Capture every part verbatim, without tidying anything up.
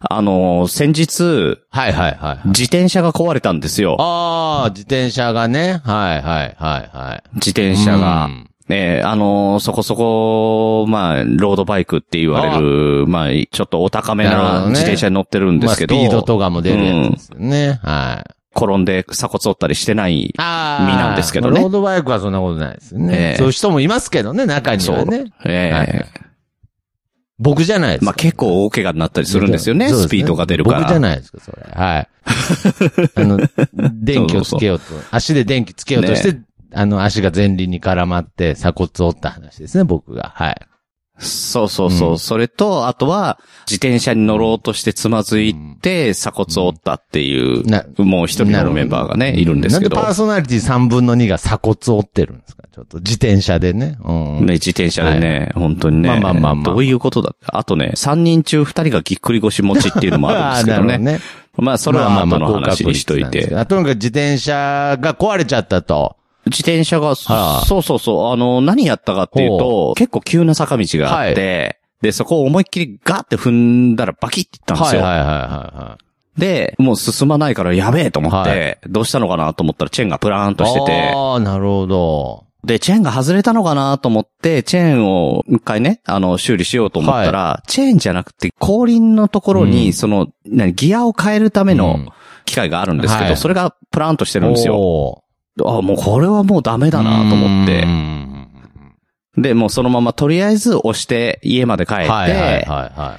あのー、先日、 はいはいはい。 自転車が壊れたんですよ。 ああ、自転車がね。はいはいはいはい。 自転車が。ね、あのー、そこそこ、まあ、ロードバイクって言われる、まあ、ちょっっとお高めな自転車に乗ってるんですけど。 まあ、スピードとかも出るやつですよね。うん、はい。 転んで鎖骨折ったりしてない身なんですけどね。 ロードバイクはそんなことないですよね。えー、そういう人もいますけどね、中にはね。ええーはい、僕じゃないですか。 まあ結構大怪我になったりするんですよね。ねスピードが出るから。 僕じゃないですか、それ。はい。あの、電気をつけようと、そうそう足で電気つけようとして、ね、あの、足が前輪に絡まって鎖骨を折った話ですね、僕が。はい。 そうそうそう。うん、それと、あとは、自転車に乗ろうとしてつまずいて、鎖骨を折ったっていう、うん、もう一人のメンバーがね、いるんですけど。 なんでパーソナリティさんぶんのにが鎖骨を折ってるんですかちょっと自転車でね。うん、 ね、自転車でね、はい、本当にね。 まあまあまあまあ。 どういうことだあとね、さんにん中ふたりがぎっくり腰持ちっていうのもあるんですけどね。ねまあ、それは後の話にしといて。 まあ、とにかく自転車が壊れちゃったと。 自転車が、そうそうそう、あの、何やったかっていうと、結構急な坂道があって、はいで、そこを思いっきりガーって踏んだらバキっていったんですよ。 はいはいはいはい。 で、もう進まないからやべえと思って、はい、どうしたのかなと思ったらチェーンがプラーンとしてて。 ああ、なるほど。 で、チェーンが外れたのかなと思って、チェーンを一回ね、あの、修理しようと思ったら、はい、チェーンじゃなくて後輪のところに、うん、その、何、ギアを変えるための機械があるんですけど、うんはい、それがプラーンとしてるんですよ。あ、もうこれはもうダメだなと思って。で、もうそのままとりあえず押して家まで帰って、はいはいはいはい、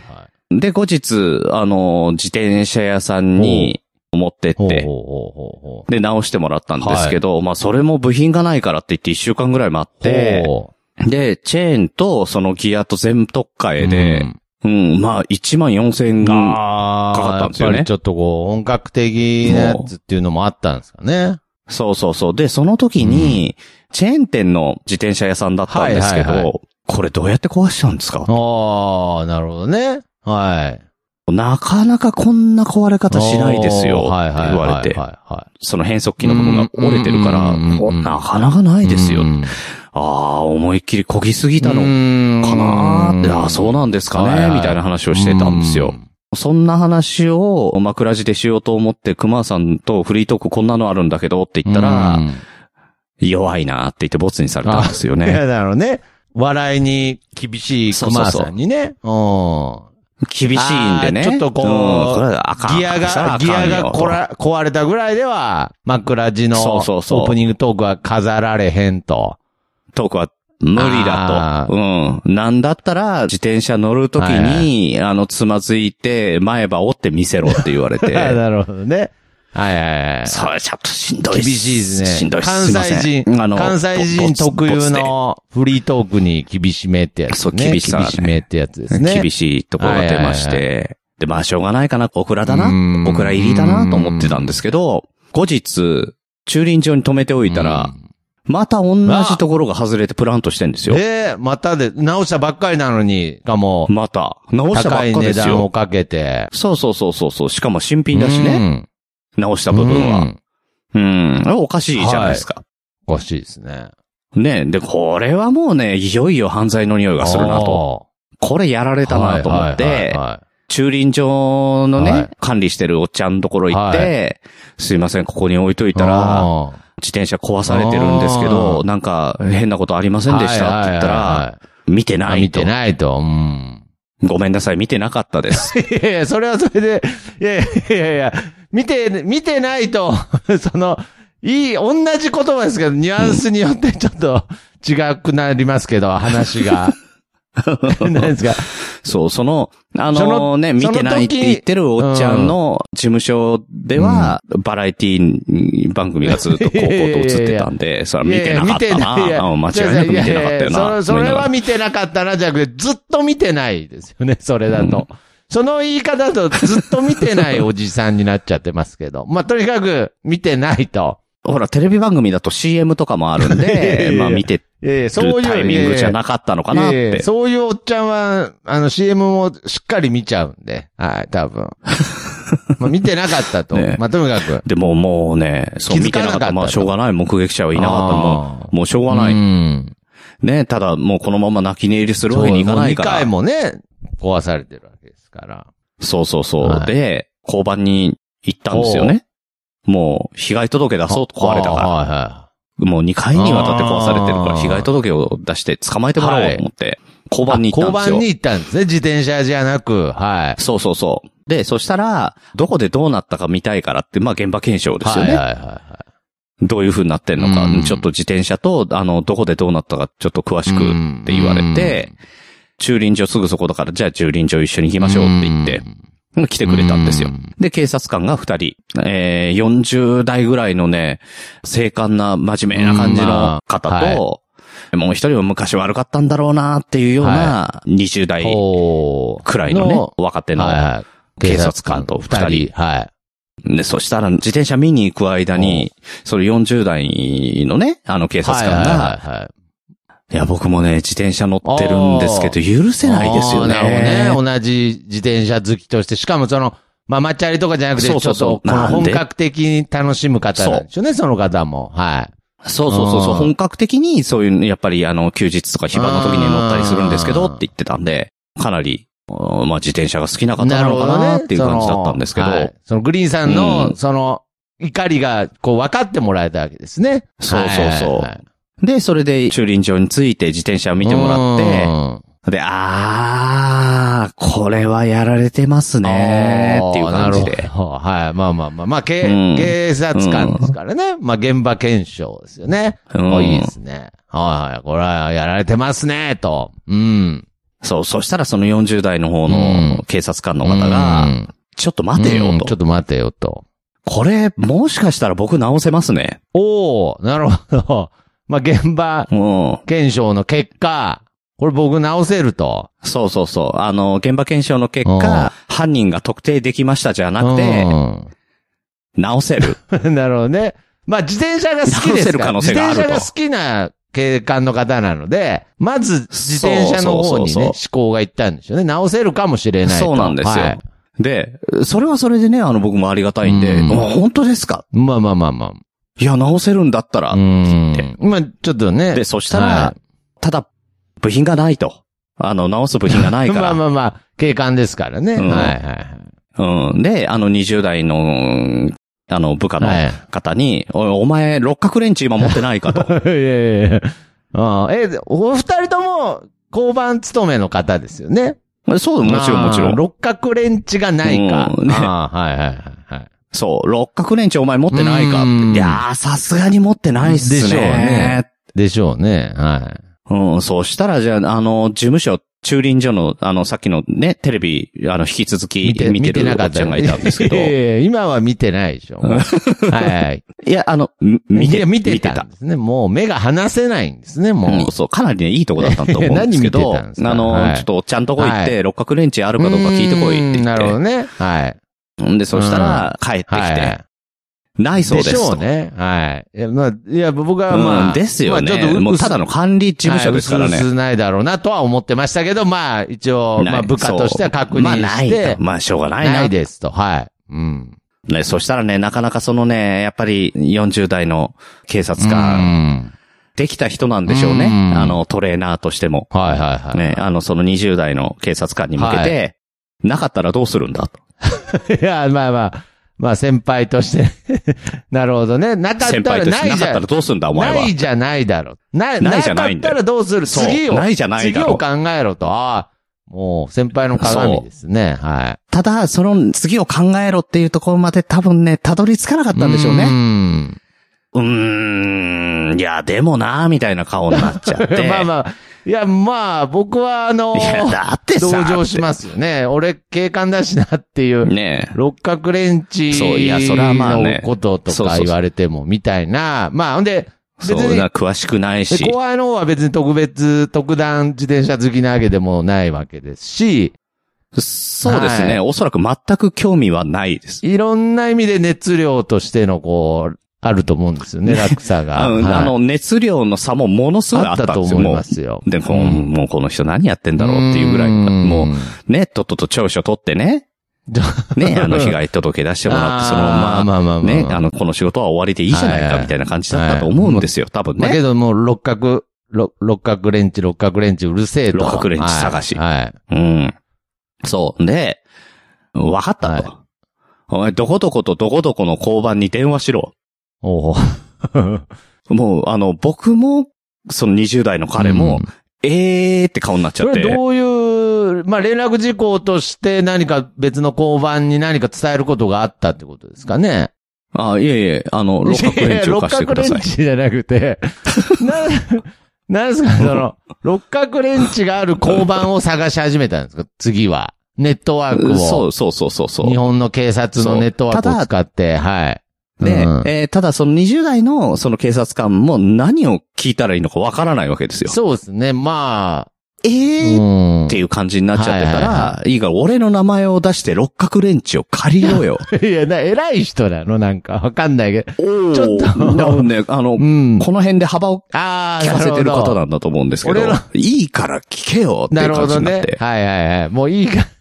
で、後日、あの、自転車屋さんに持ってって、で、直してもらったんですけど、はい、まあそれも部品がないからって言っていっしゅうかんぐらい待って、で、チェーンとそのギアと全部取っ替えで、うん、うん、まあいちまんよんせんえんかかったんですよね。 やっぱりちょっとこう、本格的なやつっていうのもあったんですかね。 そうそうそう。で、その時に、うんチェーン店の自転車屋さんだったんですけど、はいはいはい、これどうやって壊したんですか？ ああ、なるほどね。はい。 なかなかこんな壊れ方しないですよって言われて、その変速機の部分が折れてるから、なかなかないですよ。ああ、思いっきり漕ぎすぎたのかなーって、ああ、そうなんですかね、はいはい、みたいな話をしてたんですよ。そんな話を枕地でしようと思って、熊さんとフリートークこんなのあるんだけどって言ったら、弱いなって言ってボツにされたんですよね。 いや、だろうね。笑いに厳しい熊さんにね。 そうそうそう厳しいんでね。 ちょっとこう、うん、ギアが、ギアが壊れたぐらいでは、枕地のオープニングトークは飾られへんと。 トークは無理だと。うん。なんだったら、自転車乗るときに、はいはい、あの、つまずいて、前歯折って見せろって言われて。 なるほどね。はいはいはい。 それちょっとしんどい。 厳しいですね。 しんどい。 関西人、あの、関西人特有のフリートークに厳しめってやつ、ね。そう、厳しさ、ね。厳しめってやつですね。 厳しいところが出まして。はいはいはい、で、まあ、しょうがないかな。オクラだな。オクラ入りだなと思ってたんですけど、後日、駐輪場に止めておいたら、また同じところが外れてプラントしてんですよ。 ええー、またで、直したばっかりなのに、かも。 また。直したばっかりですよ。 高い値段をかけて。 そうそうそうそうそう。しかも新品だしね。直した部分は。うん。うん。おかしいじゃないですか。はい、 おかしいですね。 ねで、これはもうね、いよいよ犯罪の匂いがするなと。これやられたなと思って、はいはいはいはい、駐輪場のね、はい、管理してるおっちゃんのところ行って、はい、すいません、ここに置いといたら、自転車壊されてるんですけど、なんか変なことありませんでしたって言ったら、はいはいはいはい、見てないと。 見てないと。うんごめんなさい、見てなかったです。 いやいや、それはそれで、いやいやいやいや、見て、見てないと、その、いい、同じ言葉ですけど、ニュアンスによってちょっと違くなりますけど、話が。何ですかそう、その、あのね、見てないって言ってるおっちゃんの事務所では、うん、バラエティ番組がずっとこうこうと映ってたんで、それは見てなかったな。いやいや間違いなく見てなかったよな。いやいやそれ、それは見てなかったな、じゃなくて、ずっと見てないですよね、それだと。うん、その言い方だとずっと見てないおじさんになっちゃってますけど。まあ、とにかく見てないと。 ほら、テレビ番組だと シーエム とかもあるんで、まあ見てるタイミングじゃなかったのかなって。 そういうおっちゃんは、あの シーエム もしっかり見ちゃうんで、はい、多分。まあ見てなかったと。ね、まあとにかく。 でももうね、そう見てなかった。まあしょうがない。目撃者はいなかった。もう、もうしょうがない。うん、ね、ただもうこのまま泣き寝入りするわけにいかないから。 にかいもね、壊されてるわけですから。 そうそうそう。 はい、 で、交番に行ったんですよね。もう、被害届出そうと壊れたから。はいはい、もうにかいにわたって壊されてるから、被害届を出して捕まえてもらおうと思って、交番に行ったんですよ。 交番に行ったんですね。自転車じゃなく。はい。 そうそうそう。で、そしたら、どこでどうなったか見たいからって、まあ現場検証ですよね。はいはいはい、はい。どういう風になってんのか、ちょっと自転車と、あの、どこでどうなったかちょっと詳しくって言われて、駐輪場すぐそこだから、じゃあ駐輪場一緒に行きましょうって言って、来てくれたんですよ。で、警察官が二人、えー、よんじゅう代ぐらいのね、精悍な真面目な感じの方と、まあはい、もう一人は昔悪かったんだろうなっていうような、にじゅう代くらいのね、若手の警察官と二人。はい。で、そしたら自転車見に行く間に、そのよんじゅう代のね、あの警察官が、はいはいはいはいいや、僕もね、自転車乗ってるんですけど、許せないですよね。 なるほどね。同じ自転車好きとして、しかもその、まあ、マッチャリとかじゃなくて、ちょっと、この本格的に楽しむ方なんでしょうね、その方も。はい。 そうそうそうそう、本格的にそういう、やっぱりあの、休日とか暇の時に乗ったりするんですけど、って言ってたんで、かなり、まあ、自転車が好きな方なのかなっていう感じだったんですけど。 そ, はい、そのグリーンさんの、うん、その、怒りが、こう、分かってもらえたわけですね。 そうそうそう。はいはいはいで、それで駐輪場について自転車を見てもらって、で、あー、これはやられてますねーっていう感じで。 はい、まあまあまあ、まあ、警、うん、警察官ですからね。うん、まあ、現場検証ですよね。うん、いいですね。はいはい、これはやられてますねーと。うん。 そう、そしたらそのよんじゅう代の方の警察官の方が、うん、ちょっと待てよと、うん。 ちょっと待てよと。 これ、もしかしたら僕直せますね。 おー、なるほど。まあ、現場検証の結果、これ僕直せると。 そうそうそう。あの、現場検証の結果、犯人が特定できましたじゃなくて、直せる。 なるほどね。まあ、自転車が好きですから。直せる可能性があると。自転車が好きな警官の方なので、まず自転車の方にね、そうそうそうそう思考がいったんでしょうね。直せるかもしれないと。 そうなんですよ。はい、で、それはそれでね、あの、僕もありがたいんで、うん、本当ですか？ まあまあまあまあ。 いや、直せるんだったら、って言って。 まあ、ちょっとね。 で、そしたら、はい、ただ、部品がないと。あの、直す部品がないから。 まあまあまあ、警官ですからね。うん、はいはいはい。 うん。で、あの、にじゅう代の、あの、部下の方に、はい、お, お前、六角レンチ今持ってないかと。 いやいやいや。あえ、お二人とも、交番勤めの方ですよね。 そう、もちろんもちろん。 六角レンチがないか。うん、ね、あはいはいはいはい。 そう、六角レンチお前持ってないかって。いやー、さすがに持ってないっすね。 でしょうね。でしょうね。はい。 うん、そうしたら、じゃあ、あの、事務所、駐輪所の、あの、さっきのね、テレビ、あの、引き続き見て、見てるおっちゃんがいたんですけど。 今は見てないでしょ。はいはい。 いや、あの、見て、 見てたんですね。もう目が離せないんですね、もう。 うん、そう、かなりね、いいとこだったと思うんですけど、 何見てたんですか？ あの、はい、ちょっとおっちゃんとこ行って、はい、六角レンチあるかどうか聞いてこいって言って。 なるほどね。はい。 んで、そしたら、帰ってきて、はいないそうです。 でしょうね。はい。いや、まあ、いや、僕はまあ、 うん、ですよね。まあ、ちょっと、もうただの管理事務所ですからね。 はい、ないだろうなとは思ってましたけど、まあ、一応、まあ、部下としては確認して。まあ、ない。 まあ、しょうがないな。 ないですと。はい。うん。 ね、そしたらね、なかなかそのね、やっぱりよんじゅう代の警察官、できた人なんでしょうね。あの、トレーナーとしても。 はいはいはい。 ね、あの、そのにじゅう代の警察官に向けて、はい、なかったらどうするんだと。いや、まあまあ。まあ先輩として。なるほどね。なかったらないじゃん。 なかったらどうするんだお前は。 ないじゃないだろ。な、ないじゃないんだよ。なかったらどうする次を。 ないじゃないだろ。 次を考えろと。ああ。もう先輩の鏡ですね。はい。 ただ、その次を考えろっていうところまで多分ね、たどり着かなかったんでしょうね。うーん。うーん。いや、でもなーみたいな顔になっちゃって。 まあまあ。いや、まあ、僕はあのー、いや、だってさ、同情しますよね。俺、警官だしなっていう。ね六角レンチのこととか言われても、みたいな。まあ、ほんで、 別に。そうな、詳しくないし。 怖いのは別に特別、特段自転車好きなわけでもないわけですし。 そうですね。はい、おそらく全く興味はないです。 いろんな意味で熱量としてのこう、あると思うんですよね、落差が。 あの、はい、あの熱量の差もものすごいあったんですよ。あったと思いますよ。 で、もう、うん、もうこの人何やってんだろうっていうぐらい、もう、ね、とっとと調書取ってね。ね、あの、被害届出してもらって、そのまま、まあまあまあ、ね、あの、この仕事は終わりでいいじゃないか、みたいな感じだったと思うんですよ、多分ね。 だけどもう、六角、六角レンチ、六角レンチうるせえと。 六角レンチ探し。はい。はい、うん。そう。で、 わかったと。はい、お前、どこどことどこどこの交番に電話しろ。 おもう、あの、僕も、そのにじゅう代の彼も、うん、えーって顔になっちゃって。 これどういう、まあ、連絡事項として何か別の交番に何か伝えることがあったってことですかね。 ああ、いえいえ、あの、六角レンチを貸してください。 六角レンチじゃなくて、な、なんですか、その、六角レンチがある交番を探し始めたんですか、次は。ネットワークを。 そうそうそうそうそう。 日本の警察のネットワークを使って、はい。 で、うん、えー、ただそのにじゅう代のその警察官も何を聞いたらいいのかわからないわけですよ。 そうですね、まあ。 えー、うん、っていう感じになっちゃってたら、はいはいはい、いいから俺の名前を出して六角レンチを借りろよ。 いや、な、偉い人なのなんかわかんないけど。ちょっと。 多分ね、あの、うん、この辺で幅を聞かせてる方なんだと思うんですけど、どいいから聞けよっていう感じになって。なるほどね。 はいはいはい。もういいから、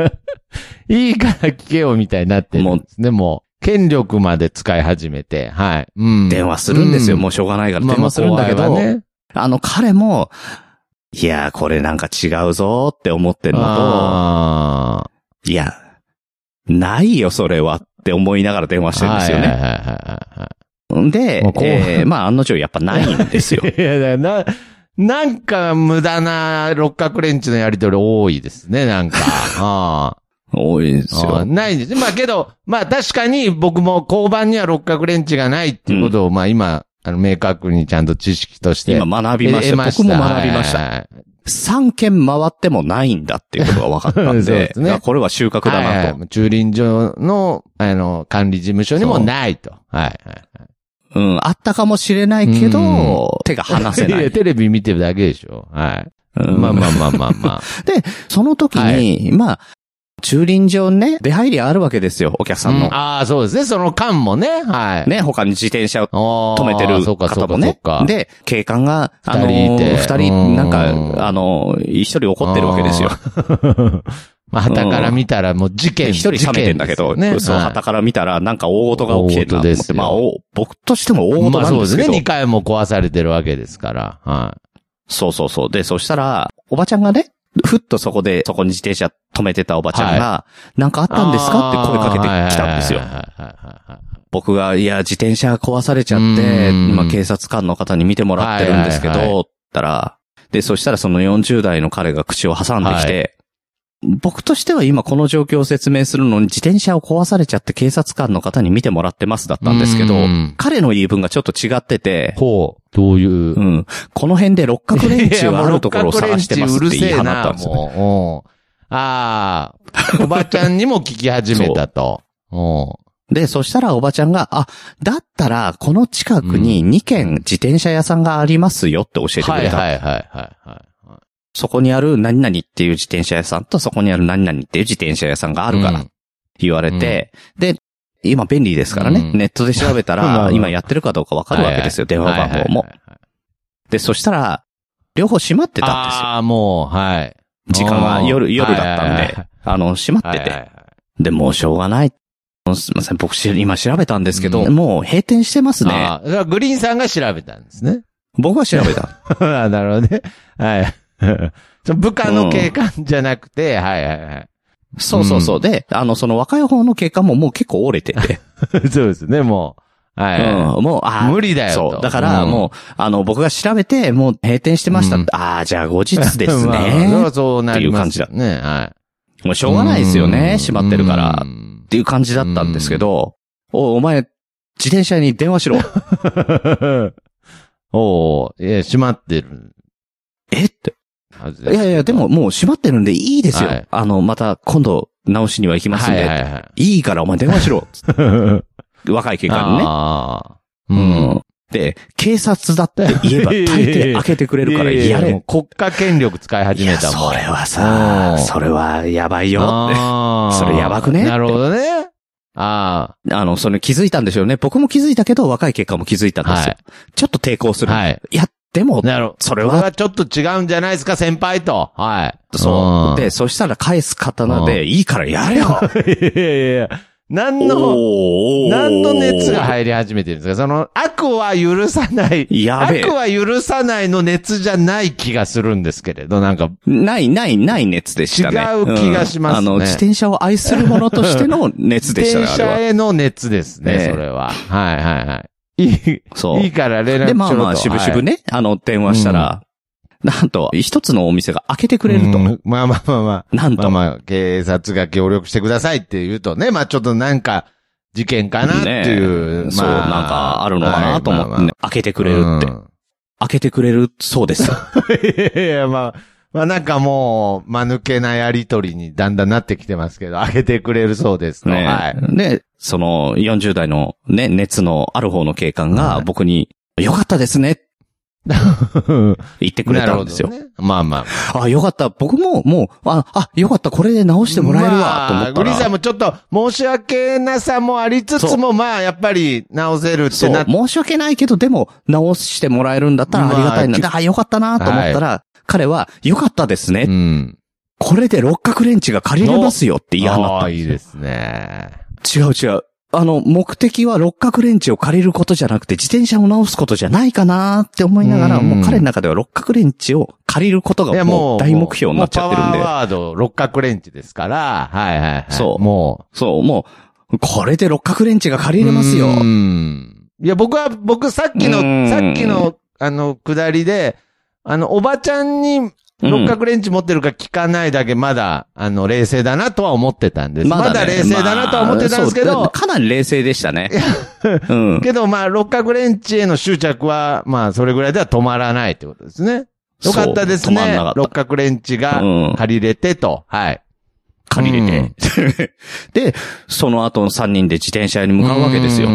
いいから聞けよみたいになってるんですね、もう。権力まで使い始めて、はい。 うん、電話するんですよ、うん、もうしょうがないから電話するんだけど、まあまあね、あの彼も、いや、これなんか違うぞって思ってるのと、いや、ないよそれはって思いながら電話してるんですよね。はいはいはいはい、で、えー、まあ案の定やっぱないんですよ。いやな、なんか無駄な六角レンチのやり取り多いですね、なんか。あ多いですよ。 ないんです。まあけど、まあ確かに僕も交番には六角レンチがないっていうことを、うん、まあ今、あの、明確にちゃんと知識として。 今学びました。僕も学びました。さんけん回ってもないんだっていうことが分かったんで、そうですね、これは収穫だなと。はいはい、 駐輪場の、あの、管理事務所にもないと。はいはいはい。 うん、あったかもしれないけど、手が離せない。いや、 テレビ見てるだけでしょ。はい。うん、まあまあまあまあまあ。 で、その時に、はい、まあ、駐輪場ね、出入りあるわけですよ、お客さんの。うん、 ああ、そうですね、その間もね、はい。 ね、他に自転車を止めてる方もね。で、警官が、あのー、二人、なんか、あのー、一人怒ってるわけですよ。 まあ、旗から見たらもう事件。 一人冷めてんだけど、ね、そう、旗から見たらなんか大事が起きてるなと思って、まあ、僕としても大事なんですけど。まあそうですね、 二回も壊されてるわけですから、はい。 そうそうそう。で、そしたら、おばちゃんがね、ふっとそこで、そこに自転車止めてたおばちゃんが、はい、なんかあったんですかって声かけてきたんですよ。僕が、いや、自転車壊されちゃって、今警察官の方に見てもらってるんですけど、はいはいはい、ったら、で、そしたらそのよんじゅう代の彼が口を挟んできて、はい僕としては今この状況を説明するのに自転車を壊されちゃって警察官の方に見てもらってますだったんですけど、彼の言い分がちょっと違ってて、 ほう、どういう。うん。 この辺で六角レンチがあるところを探してますって言い放ったんですよ、ね。 ああ、おばちゃんにも聞き始めたと。 で、そしたらおばちゃんが、あ、だったらこの近くににけん自転車屋さんがありますよって教えてくれた。 はいはいはいはいはい。 そこにある何々っていう自転車屋さんとそこにある何々っていう自転車屋さんがあるから言われて、うんうん、で、今便利ですからね、うん、ネットで調べたら今やってるかどうかわかるわけですよ、電話番号も。で、そしたら、両方閉まってたんですよ。 ああ、もう、はい。 時間が夜、夜だったんで、あの、閉まってて。はいはいはい、で、もうしょうがない。すみません、僕今調べたんですけど、うん、もう閉店してますね。ああ、グリーンさんが調べたんですね。 僕は調べた。 あなるほどね。はい。部下の警官じゃなくて、うん、はいはいはい。 そうそうそう。うん、で、あの、その若い方の警官ももう結構折れてて。 そうですね、もう。はい、はい。 うん、もう、あ無理だよと。 そう。だから、もう、うん、あの、僕が調べて、もう閉店してましたって。うん、ああ、じゃあ後日ですね。 まあ、そうなります。っていう感じだ。ね、はい。 もうしょうがないですよね。閉まってるから。っていう感じだったんですけど、お、お前、自転車に電話しろ。 おー、いや、閉まってる。 えって。いやいや、でももう閉まってるんでいいですよ。はい、あの、また今度直しには行きますんで。はいはいはい、いいからお前電話しろ。若い警官にね。あうん。で、警察だって言えば大抵開けてくれるからやれ。 国家権力使い始めたもん。 それはさ、それはやばいよって。それやばくねなるほどね。ああ。あの、それ気づいたんでしょうね。僕も気づいたけど、若い警官も気づいたんですよ。はい、ちょっと抵抗する。はい。いや、でも、なるほど。それは。これはちょっと違うんじゃないですか、先輩と。はい。 そう。で、そしたら返す刀で、いいからやれよ。 いやいやいや。 何の、何の熱が入り始めてるんですか？その、悪は許さない。 やべえ。 悪は許さないの熱じゃない気がするんですけれど、なんか。 ない、ない、ない熱でしたね。 違う気がしますね。 うん、あの、自転車を愛する者としての熱でしたね。 自転車への熱ですね、ねそれは。はいはいはい。いい、そう。いいから連絡しろと。 で、まあまあ、しぶしぶね、はい、あの、電話したら、うん、なんと、一つのお店が開けてくれると。うん、 まあまあまあまあ。 なんと。 まあまあ、警察が協力してくださいって言うとね、まあちょっとなんか、事件かなっていう。 ね、まあ、そう、なんかあるのかなと思って、ね、はいまあまあ、開けてくれるって、うん。開けてくれるそうです。 いやいや、まあ、まあなんかもう、間抜けなやりとりにだんだんなってきてますけど、開けてくれるそうですと。 ね、はい。で、そのよんじゅう代のね、熱のある方の警官が僕に、はい、よかったですね。言ってくれたんですよ。 ね、まあまあ。あ、よかった。僕ももう、あ、あ、よかった。これで直してもらえるわ、と思ったら。まあ、 グリーンさんもちょっと申し訳なさもありつつも、まあ、やっぱり直せるってなって。 申し訳ないけど、でも直してもらえるんだったらありがたいな。まあ、あ、よかったなと思ったら、はい、彼は、よかったですね。うん、これで六角レンチが借りれますよって言い放った。 ああ、いいですね。 違う違う。あの、目的は六角レンチを借りることじゃなくて、自転車を直すことじゃないかなって思いながら、もう彼の中では六角レンチを借りることがもう大目標になっちゃってるんで。 パワーワード六角レンチですから、はいはいはい。 そう。もう、そう、もう、これで六角レンチが借りれますよ。うん。いや、僕は、僕さっきの、さっきの、あの、下りで、あの、おばちゃんに、六角レンチ持ってるか聞かないだけまだ、あの、冷静だなとは思ってたんです。まだ、ね、まだ冷静だなとは思ってたんですけど。まあ、 かなり冷静でしたね。 うん、けど、まあ、六角レンチへの執着は、まあ、それぐらいでは止まらないってことですね。よかったですね。六角レンチが借りれてと。うん、はい。 借りれて。うん、で、その後さんにんで自転車屋に向かうわけですよ。うん、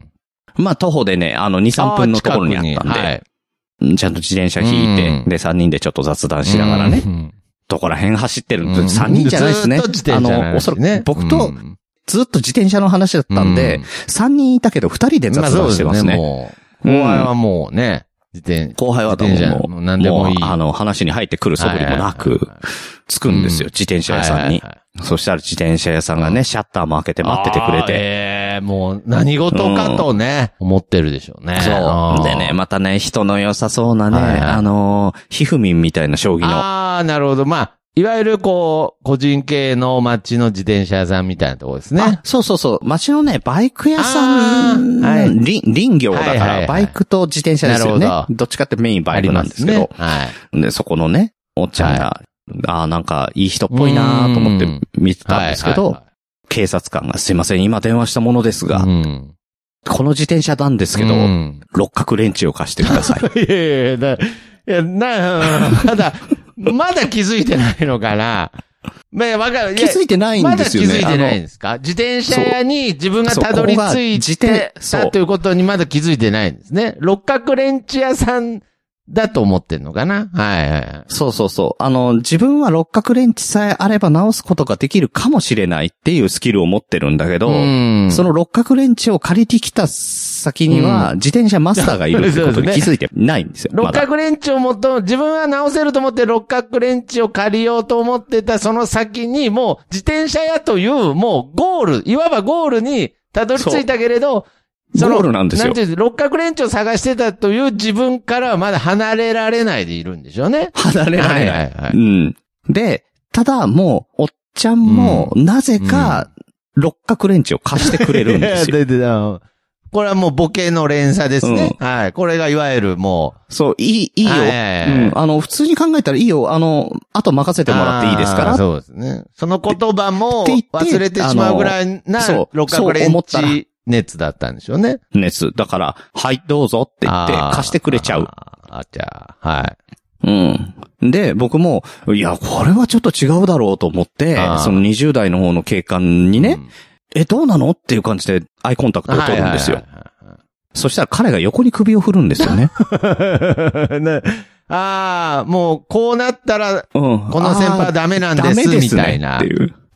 まあ、徒歩でね、あの、に、さんぷんのところにあったんで。はい、ちゃんと自転車引いて、うん、で、さんにんでちょっと雑談しながらね、うん、どこら辺走ってるの、うん、さんにんじゃないですね。 ずっと自転車の話、ね。あの、おそらく、 僕と、ずっと自転車の話だったんで、うん、さんにんいたけどふたりで雑談してますね。まあ、そうですね。 もう、後輩はもうね、自転後輩は多分もう、何でもいい。あの、話に入ってくる素振りもなく、つくんですよ、自転車屋さんに。そしたら自転車屋さんがね、シャッターも開けて待っててくれて。 ええー、もう何事かとね、うん、思ってるでしょうね。 そう。でね、またね、人の良さそうなね、はいはい、あの、ひふみんみたいな将棋の。 ああ、なるほど。まあ、いわゆるこう、個人系の街の自転車屋さんみたいなところですね。あ、 そうそうそう。街のね、バイク屋さん、はい、林、林業だから、はいはいはい、バイクと自転車ですよね。ど, どっちかってメインバイクなんですけど。ね、はい。で、そこのね、おっちゃんが、はい、ああ、なんか、いい人っぽいなーと思って見てたんですけど、はいはいはい、警察官がすいません、今電話したものですが、うん、この自転車なんですけど、うん、六角レンチを貸してください。 いやいやいや、いや、な、まだ、まだ気づいてないのかな。まあ、わかる。 気づいてないんですよね。 まだ気づいてないんですか？自転車屋に自分がたどり着いてたということにまだ気づいてないんですね。六角レンチ屋さんだと思ってんのかな？はいはい。 そうそうそう。あの、自分は六角レンチさえあれば直すことができるかもしれないっていうスキルを持ってるんだけど、その六角レンチを借りてきた先には、自転車マスターがいるってことに気づいてないんですよ。 六角レンチをもっと、自分は直せると思って六角レンチを借りようと思ってたその先に、もう自転車屋という、もうゴール、いわばゴールにたどり着いたけれど、 そのゴールなんですよ。 なんていう六角レンチを探してたという自分からはまだ離れられないでいるんでしょうね。 離れられない。はいはいはい、うん。で、ただもう、おっちゃんも、なぜか、六角レンチを貸してくれるんですよ。 これはもうボケの連鎖ですね。うん、はい。これがいわゆるもう。そう、いい、いいよ。はいはいはい、うん。あの、普通に考えたらいいよ。あの、あと任せてもらっていいですから。 そうですね。その言葉も忘れてしまうぐらいな六角レンチ熱だったんでしょうね。 熱。だから、はい、どうぞって言って貸してくれちゃう。 あ、じゃあ、はい。 うん。で、僕も、いや、これはちょっと違うだろうと思って、そのにじゅう代の方の警官にね、うん、え、どうなのっていう感じでアイコンタクトを取るんですよ。はいはいはいはい、そしたら彼が横に首を振るんですよね。 ねああ、もうこうなったら、この先輩はダメなんです、みたいな。っていう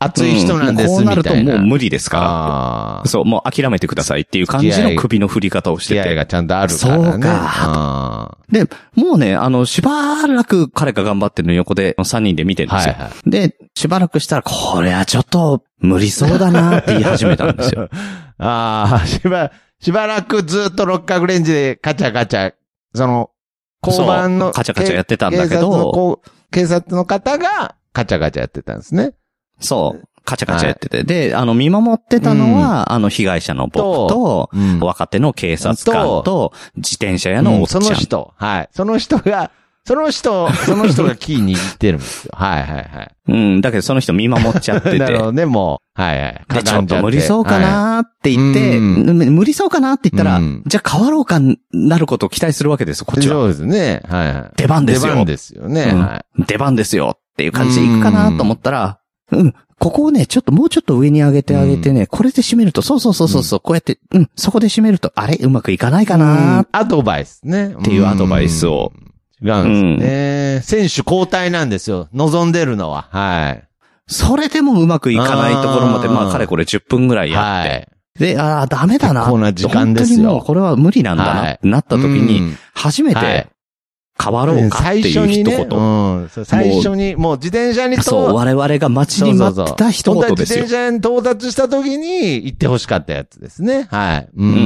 熱い人なんです、みたいな。 こうなるともう無理ですから。 そう、もう諦めてくださいっていう感じの首の振り方をしてて。 付き合いがちゃんとあるからね。 そうか。で、もうね、あの、しばらく彼が頑張ってるの横でさんにんで見てるんですよ。はいはい、で、しばらくしたら、これはちょっと無理そうだなって言い始めたんですよ。 ああ、しば、しばらくずっと六角レンジでカチャカチャ、その、交番の、 カチャカチャやってたんだけど、 警察の方がカチャカチャやってたんですね。 そう。カチャカチャやってて。はい、で、あの、見守ってたのは、うん、あの、被害者の僕と、うん、若手の警察官と、自転車屋のおっちゃん、うん。 その人。はい。その人が、その人、その人がキー握ってるんですよ。はいはいはい。 うん。だけどその人見守っちゃってて。 なるほどね、もう。はいはい。 で、ちょっと無理そうかなーって言って、はい、無理そうかなって言ったら、うん、じゃあ変わろうかなることを期待するわけですよ、こっちは。 そうですね。はいはい。 出番ですよ。 出番ですよね。 うん、 はい。 出番ですよっていう感じで行くかなと思ったら、うん。ここをね、ちょっともうちょっと上に上げてあげてね、うん、これで締めると、そうそうそうそうそう、うん、こうやって、うん、そこで締めると、あれうまくいかないかな、うん、 アドバイスね。 っていうアドバイスを。 違うんですね、うん。選手交代なんですよ。望んでるのは。はい。 それでもうまくいかないところまで、まあ、かれこれじゅっぷんぐらいやって。はい、で、ああ、ダメだな。 結構な時間ですよ。 本当にもうこれは無理なんだな、はい、ってなった時に、初めて、変わろうかっていう一言。 ねうん、最初に、もう自転車にそう、我々が待ちに待ってた一言ですよ。 自転車に到達した時に言ってほしかったやつですね。はい。うん。うん、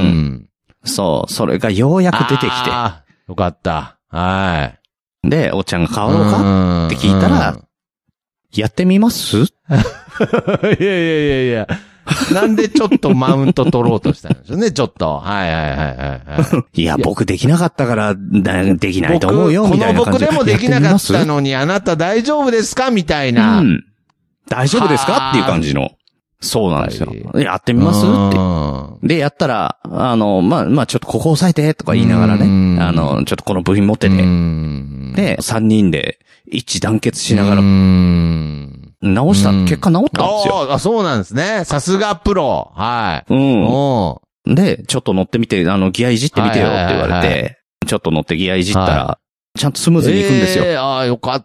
そう、それがようやく出てきて。 ああ、よかった。はい。 で、おっちゃんが変わろうかって聞いたら、やってみますいやいやいやいや。なんでちょっとマウント取ろうとしたんですよね、ちょっと。はいはいはいはい、はい。 いや、僕できなかったから、できないと思うよ、みたいな感じで。 この僕でもできなかったのに、あなた大丈夫ですかみたいな。うん。 大丈夫ですかっていう感じの。そうなんですよ。やってみますって。で、やったら、あの、まあ、まあ、ちょっとここ押さえてとか言いながらね。あの、ちょっとこの部品持ってて。で、三人で一致団結しながら、直した、結果直ったんですよ。 ああ、そうなんですね。さすがプロ。はい。 うん。で、ちょっと乗ってみて、あの、ギアいじってみてよって言われて、ちょっと乗ってギアいじったら、ちゃんとスムーズに行くんですよ。 ええ、ああ、よかった。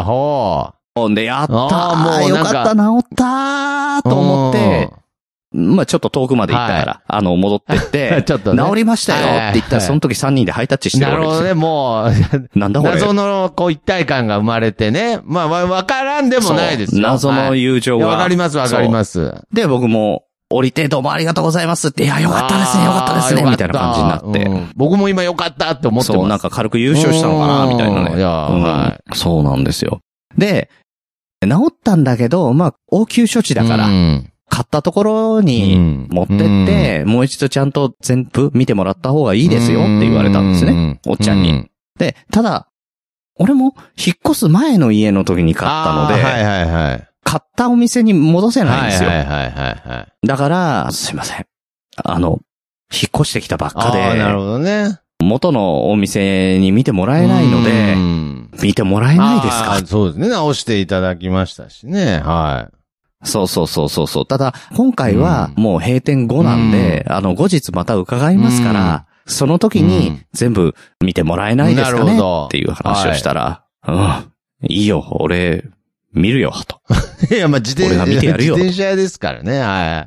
ほう。 ほんで、やったー。もうよかった、治ったーと思って、まあちょっと遠くまで行ったから、はい、あの、戻ってって、ちょっとね、治りましたよって言ったら、その時さんにんでハイタッチしてるわけですよ。 なるほどね、もう、 なんだこれ。 謎の、こう、一体感が生まれてね。まあ、わからんでもないですよ。 謎の友情が。 わ、はい、かります、わかります。 で、僕も、降りてどうもありがとうございますって、いや、よかったですね、よかったですね、みたいな感じになって、うん。 僕も今よかったって思ってます。 そう、なんか軽く優勝したのかな、みたいなね。いや、うん、はい。そうなんですよ。で、治ったんだけど、まあ、応急処置だから、うん、買ったところに持ってって、うん、もう一度ちゃんと全部見てもらった方がいいですよって言われたんですね。うん、おっちゃんに、うん。で、ただ、俺も引っ越す前の家の時に買ったので、 はいはいはい。 買ったお店に戻せないんですよ。 はいはいはいはい。 だから、すいません。あの、引っ越してきたばっかで、 あ、なるほどね。 元のお店に見てもらえないので、見てもらえないですか？ そうですね。直していただきましたしね。はい。 そうそうそうそうそう。ただ、今回はもう閉店後なんで、うん、あの、後日また伺いますから、うん、その時に全部見てもらえないですかねっていう話をしたら、はい、うん、いいよ、俺、見るよ、と。 いや、まあ、自転車、自転車ですからね、はい。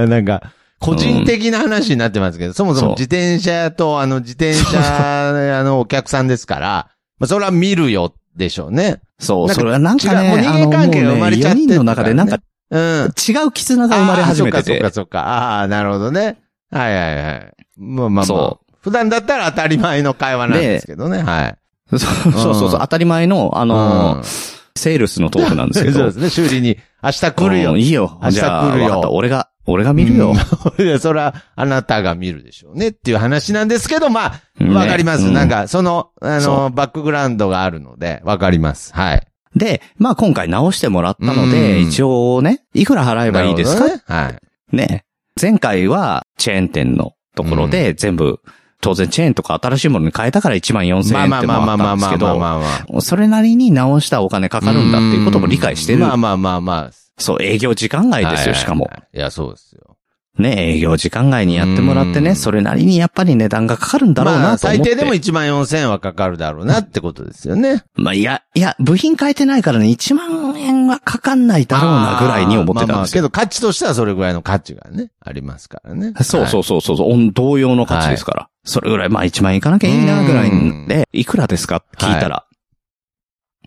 なんか、個人的な話になってますけど、うん、そもそも自転車と、あの、自転車、あの、お客さんですから、まあ、それは見るよ、でしょうね。 そう、それはなんかね、もう人間関係が生まれちゃって、ね、よにんの中でなんか、うん、違う絆が生まれ始めてて。 そうか、そうか、そうか。ああ、なるほどね。はいはいはい。まあまあまあ。普段だったら当たり前の会話なんですけどね、はい。 そうそうそう、うん、当たり前の、あのー、うん、セールスのトークなんですけど。 そうですね、修理に、明日来るよ。 うん、いいよ。明日来るよ。俺が、俺が見るよ。 うん、いや、それは、あなたが見るでしょうねっていう話なんですけど、まあ、わかります、ね。なんか、その、あの、バックグラウンドがあるので、わかります。はい。 で、まあ今回直してもらったので、一応ね、いくら払えばいいですか？ね、はい。ね。前回は、チェーン店のところで、全部、当然チェーンとか新しいものに変えたからいちまんよんせんえんってのもあったんですけど、それなりに直したお金かかるんだっていうことも理解してる。 まあまあまあまあ。 そう、営業時間外ですよ、しかも。 いや、そうですよ。 ね、営業時間外にやってもらってね、それなりにやっぱり値段がかかるんだろうなと思って。まあ、 最低でもいちまんよんせんえんはかかるだろうなってことですよね。 まあ、いや、いや、部品変えてないからね、いちまんえんはかかんないだろうなぐらいに思ってたんですよ。まあまあ、 けど価値としてはそれぐらいの価値がね、ありますからね。 そうそうそうそう、はい、同様の価値ですから。はい、それぐらい、まあいちまんえんいかなきゃいいなぐらいで、いくらですかって聞いたら、はい、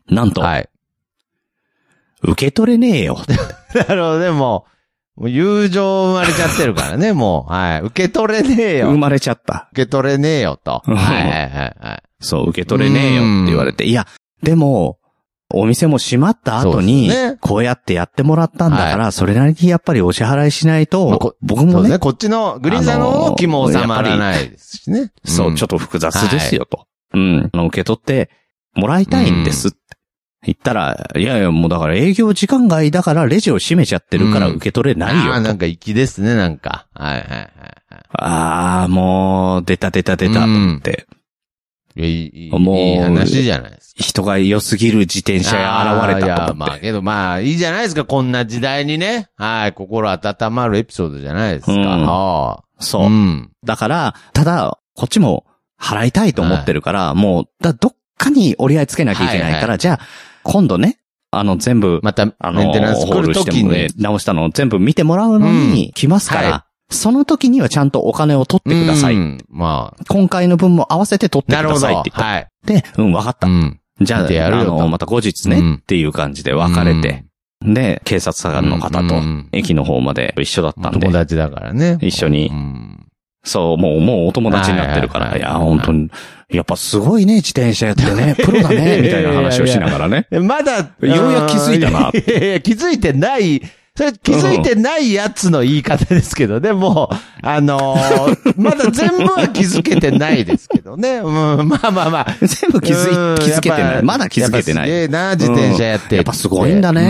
なんと、はい、受け取れねえよ。 なるほどね、もう。もう友情生まれちゃってるからね、もう。はい。受け取れねえよ。 生まれちゃった。 受け取れねえよと。はいはいはいはい。 そう、受け取れねえよって言われて。いや、でも、お店も閉まった後に、こうやってやってもらったんだから、それなりにやっぱりお支払いしないと、僕もね。 こっちのグリーンさんの気も収まらないですしね。 そう、ちょっと複雑ですよと。うん。受け取ってもらいたいんですって。言ったら、いやいや、もうだから営業時間外だからレジを閉めちゃってるから受け取れないよ。 ああ、なんか粋ですね、なんか。はいはいはい。 ああ、もう、出た出た出たと思って。 いや、いい、もう、いい話じゃないですか。 人が良すぎる自転車が現れたと思って。 いや、まあけどまあ、いいじゃないですか、こんな時代にね。はい、心温まるエピソードじゃないですか。うん、あそう、うん。だから、ただ、こっちも払いたいと思ってるから、はい、もう、だどっかに折り合いつけなきゃいけないから、はいはい、じゃあ、今度ね、あの、全部、 また、 あの、 メンテナンス来る時に、 ね、直したのを全部見てもらうのに来ますから、うんはい、その時にはちゃんとお金を取ってください。うん、まあ。今回の分も合わせて取ってくださいって言った。はい。で、うん、わかった。うん、じゃあ、あの、また後日ね、うん、っていう感じで別れて、うん、で、警察官の方と駅の方まで一緒だったんで。 友達だからね。 一緒に。うんそう、もう、もうお友達になってるから。いや、本当に、やっぱすごいね、自転車やってね、プロだね、みたいな話をしながらね。 まだ、ようやく気づいたな。 いやいや、気づいてない、それ気づいてないやつの言い方ですけどね、もう、あのー、まだ全部は気づけてないですけどね。うん、まあまあまあ。 全部気づい、気づけてない。まだ気づけてない。 すげえな、自転車やって、うん。 やっぱすごいんだね。 うん、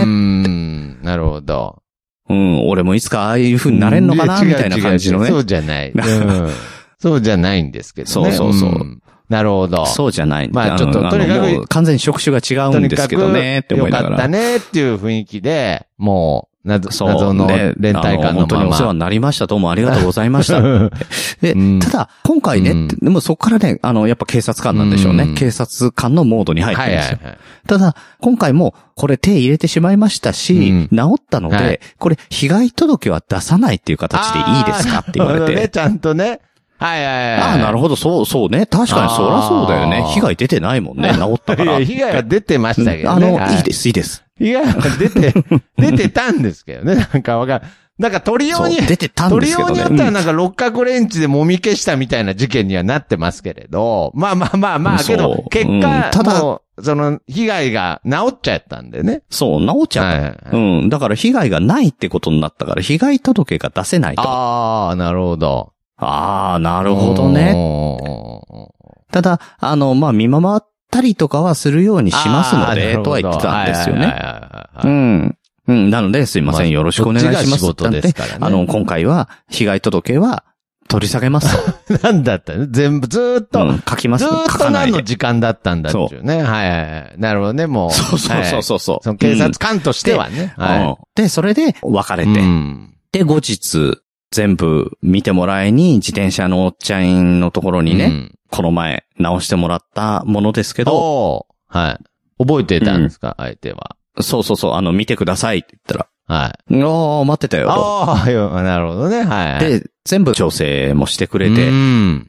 なるほど。 うん、俺もいつかああいう風になれんのかな、みたいな感じのね。 そうじゃない。うんそうじゃないんですけどね。 そうそうそう。うん、 なるほど。 そうじゃない。 まあちょっと、とにかく。 完全に職種が違うんですけどね、って思いながら。 よかったねっていう雰囲気で、もう、謎の連帯感のまま。 本当にお世話になりました。どうもありがとうございました。で、うん、ただ、今回ね、うん、でもそこからね、あの、やっぱ警察官なんでしょうね。うん、警察官のモードに入ってるんですよ。はいはいはい、ただ、今回も、これ手入れてしまいましたし、うん、治ったので、はい、これ、被害届は出さないっていう形でいいですかって言われて。 ね、ちゃんとね。はいはいはい。 ああ、なるほど、そう、そうね。確かにそらそうだよね。被害出てないもんね。治ったから。 いや、被害は出てましたけどね。 あの、はい、いいです、いいです。 被害は出て、出てたんですけどね。なんかわかんなんか鳥用に、 出てたんですけどね。 鳥用によったらなんか六角レンチで揉み消したみたいな事件にはなってますけれど、まあまあまあまあ、けど、結果、うん、ただ、その、被害が治っちゃったんでね。 そう、治っちゃった。はいはいはい、うん。だから被害がないってことになったから、被害届が出せないと。 ああ、なるほど。 ああ、なるほどね。ただ、あの、まあ、見守ったりとかはするようにしますので、とは言ってたんですよね。うん。うん。なので、すいません。よろしくお願いします。仕事ですからね。 あの、今回は、被害届は、取り下げますと。なんだったの全部、ずーっと、うん、 書きます。 ずーっと何の時間だったんだっていうね。はいはいはい。なるほどね、もう。 そうそうそうそうそう、はい。 その警察官としてはね。 うん、はい。で、それで、別れて。うん、で、後日、全部見てもらいに、自転車のおっちゃんのところにね、うん、この前直してもらったものですけど、 おはい。覚えてたんですか、うん、相手は。 そうそうそう、あの、見てくださいって言ったら、はい。おー、待ってたよと。 ああ、なるほどね、はい。 で、全部調整もしてくれて、うん、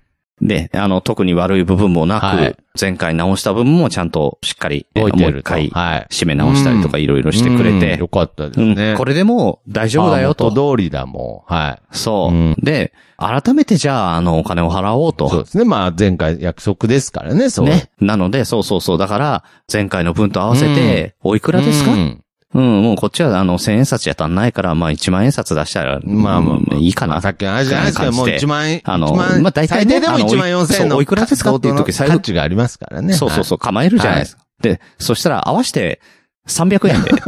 で、あの、特に悪い部分もなく、はい、前回直した部分もちゃんとしっかり、もう一回、締め直したりとかいろいろしてくれて、 よかったですね、 うん。これでもう大丈夫だよと。 元通りだもん。はい。 そう、うん。で、改めてじゃあ、あの、お金を払おうと。 そうですね。まあ、前回約束ですからね、そう。ね。 なので、そうそうそう。だから、前回の分と合わせて、おいくらですか、うんうん、もうこっちはあの、千円札じゃ足んないから、まあ一万円札出したら、まあまあ、いいかな。まあ、 さっきの話じゃないですけど、もう一万円。 あの、まあ大体ね、 最低でも一万四千円の。 おいくらですかっていう時最後。 価値がありますからね。 そうそうそう、構えるじゃないですか。で、そしたら合わせてさんびゃくえんで。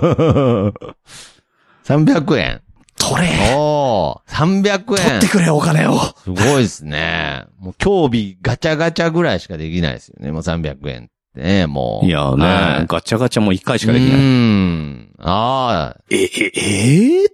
さんびゃくえん。 取れ。 おー、さんびゃくえん。 取ってくれ、お金を。 すごいですね。もう、競技ガチャガチャぐらいしかできないですよね。もうさんびゃくえん。ねもう。 いやね、はい、ガチャガチャも一回しかできない。うーん。ああ。 え、え、えー、 す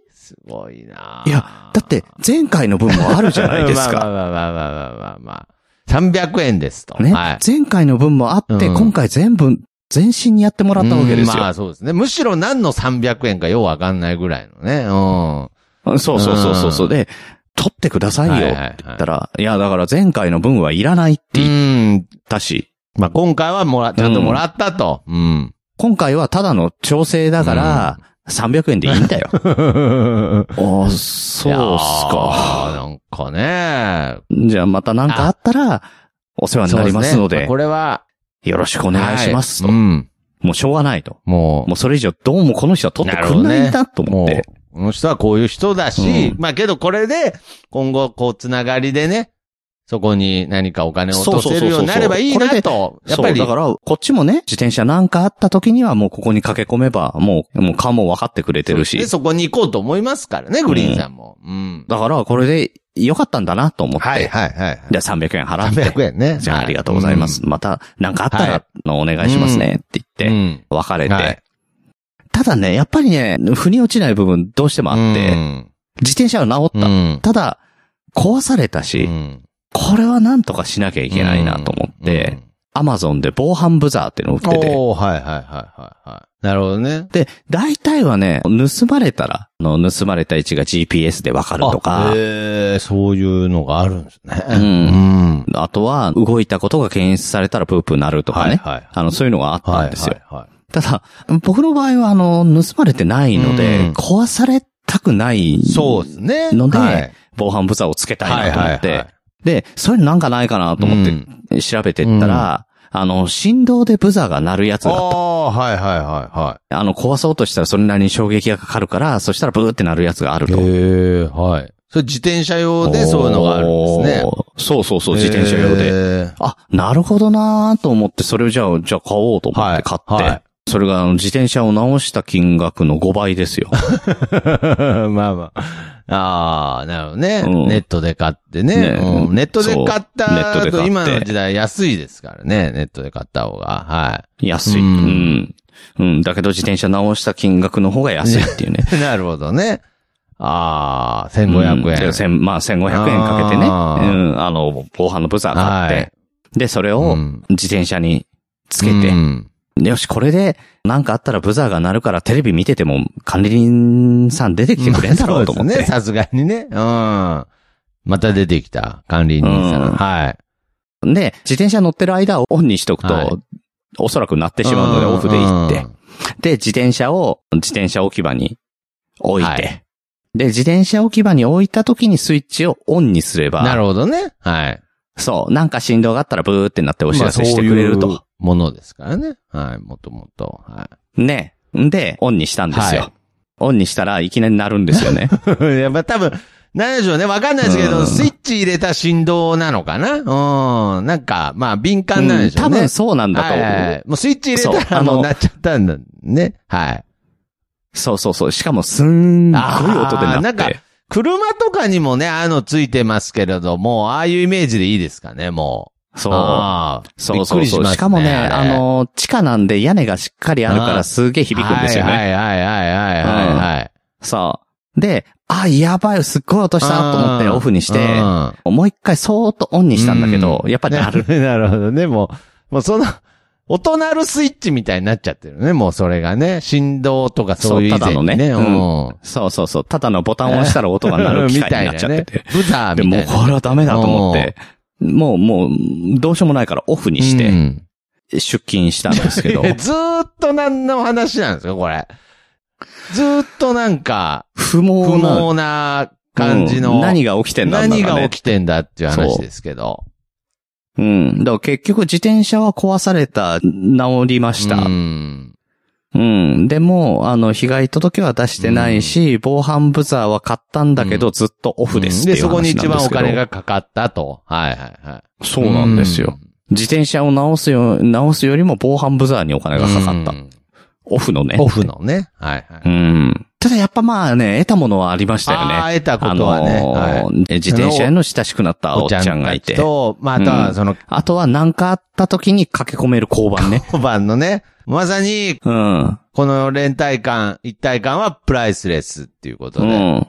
ごいな。 いや、だって前回の分もあるじゃないですか。 まあまあまあまあまあまあまあまあ。さんびゃくえんですと。 ね。 はい、 前回の分もあって、うん、今回全部、全身にやってもらったわけですよ。 まあそうですね。むしろ何のさんびゃくえんかようわかんないぐらいのね。 うん。そうそうそうそうそう。で、取ってくださいよって言ったら、はいはいはい、いやだから前回の分はいらないって言ったし。 まあ今回はもら、ちゃんともらったと。うん。うん、 今回はただの調整だから、うんさんびゃくえんでいいんだよ。ああ、そうっすか。 なんかね。 じゃあまたなんかあったら、お世話になりますので。 でね、これは、 よろしくお願いしますと。 はい、うん。 もうしょうがないと。 もう。 もうそれ以上どうもこの人は取ってくんないんだと思って。 ね、この人はこういう人だし、うん、まあけどこれで、今後こうつながりでね、そこに何かお金を落とせるようになればいいなと。やっぱり。 そう、だから、こっちもね、自転車なんかあった時にはもうここに駆け込めば、もう、もう顔も分かってくれてるし。 で、そこに行こうと思いますからね、グリーンさんも。うん。うん、 だから、これで良かったんだなと思って。 はいはいはい。 じゃあさんびゃくえん払って。 さんびゃくえんね。 じゃあありがとうございます。はい、また、なんかあったらのお願いしますねって言って、別れて。はい、ただね、やっぱりね、腑に落ちない部分どうしてもあって、うん、自転車は治った。うん、ただ、壊されたし、うんこれはなんとかしなきゃいけないなと思って、アマゾンで防犯ブザーっていうのを売ってて。 おー、はいはいはいはいはい。なるほどね。 で、大体はね、盗まれたら、の盗まれた位置が ジーピーエス でわかるとか。 へー、そういうのがあるんですね。 うん。うん、あとは、動いたことが検出されたらプープーなるとかね。はいはい。あの、そういうのがあったんですよ。はいはいはい。ただ、僕の場合はあの、盗まれてないので、うん、壊されたくないので、 そうですね。 はい、防犯ブザーをつけたいなと思って、はいはいはいで、そういうのなんかないかなと思って調べてったら、うん、あの、振動でブザーが鳴るやつがあった。ああ、はいはいはいはい。 あの、壊そうとしたらそれなりに衝撃がかかるから、そしたらブーって鳴るやつがあると。 へえ、はい。それ自転車用でそういうのがあるんですね。 そうそうそう、自転車用で。あ、なるほどなーと思って、それをじゃあ、じゃあ買おうと思って買って。はいはいそれが自転車を直した金額のごばいですよ。 まあまあ。ああ、なるほどね、うん。ネットで買ってね。ねうん、ネットで買ったネットで買って今の時代安いですからね。ネットで買った方が。はい。 安い。うん。うん。だけど自転車直した金額の方が安いっていうね。 なるほどね。ああ、せんごひゃくえん。 うん、まあせんごひゃくえんかけてね。うん。あの、防犯のブザー買って。はい、で、それを自転車につけて。うんよし、これで、なんかあったらブザーが鳴るからテレビ見てても管理人さん出てきてくれんだろうと思って。 そうですね、さすがにね。うん。また出てきた、管理人さん。うん、はい。 で、自転車乗ってる間をオンにしとくと、はい、おそらく鳴ってしまうのでオフで行って。で、自転車を、自転車置き場に置いて。はい、で、自転車置き場に置いた時にスイッチをオンにすれば。 なるほどね。はい。 そう。なんか振動があったらブーってなってお知らせしてくれると。 まあものですからね。はい、もともと。はい。 ね。んで、オンにしたんですよ。はい、オンにしたらいきなり鳴るんですよね。 いや、まあ、多分、なんでしょうね。わかんないですけど、うん、スイッチ入れた振動なのかなうん。なんか、まあ、敏感なんでしょうね。うん、 多分そうなんだと思う。 はいはい、もうスイッチ入れたらもうなっちゃったんだね。はい。 そうそうそう。しかも、すんごい音でなって。 なんか、車とかにもね、あのついてますけれども、ああいうイメージでいいですかね、もう。 そう。そうそうそう。しかもね、あの、地下なんで屋根がしっかりあるからすげえ響くんですよね。 はいはいはいはいはいはい。 そう。で、あ、やばい、すっごい音したと思ってオフにして、もう一回そーっとオンにしたんだけど、やっぱりなる。 なるほどね。もう、もうその、音鳴るスイッチみたいになっちゃってるね。もうそれがね。振動とかそういう以前にね。 そう、ただのね。うん。そうそうそう。ただのボタンを押したら音が鳴る機械になっちゃってて。 ブザーみたいな。 でもうこれはダメだと思って。もう、もう、どうしようもないからオフにして、出勤したんですけど。 うん、ずーっと何の話なんですか、これ。ずーっとなんか、 不毛な。 不毛な感じの。 うん、何が起きてんだ何が起きてんだっていう話ですけど。 う。うん。だから結局自転車は壊された、治りました。うん。うん。でも、あの、被害届は出してないし、うん、防犯ブザーは買ったんだけど、うん、ずっとオフですっていう話なんですけど。 で、そこに一番お金がかかったと。はいはいはい。 そうなんですよ。うん、自転車を直すよ、直すよりも防犯ブザーにお金がかかった。うん、オフのね。 オフのね。はいはい。 うん。ただやっぱまあね、得たものはありましたよね。 ああ、得たことはね。 あのーはい、自転車への親しくなったおっちゃんがいて。 と、まあ、あとはその、うん、 あとは何かあった時に駆け込める交番ね。 交番のね。まさに、うん。この連帯感、一体感はプライスレスっていうことで。うん。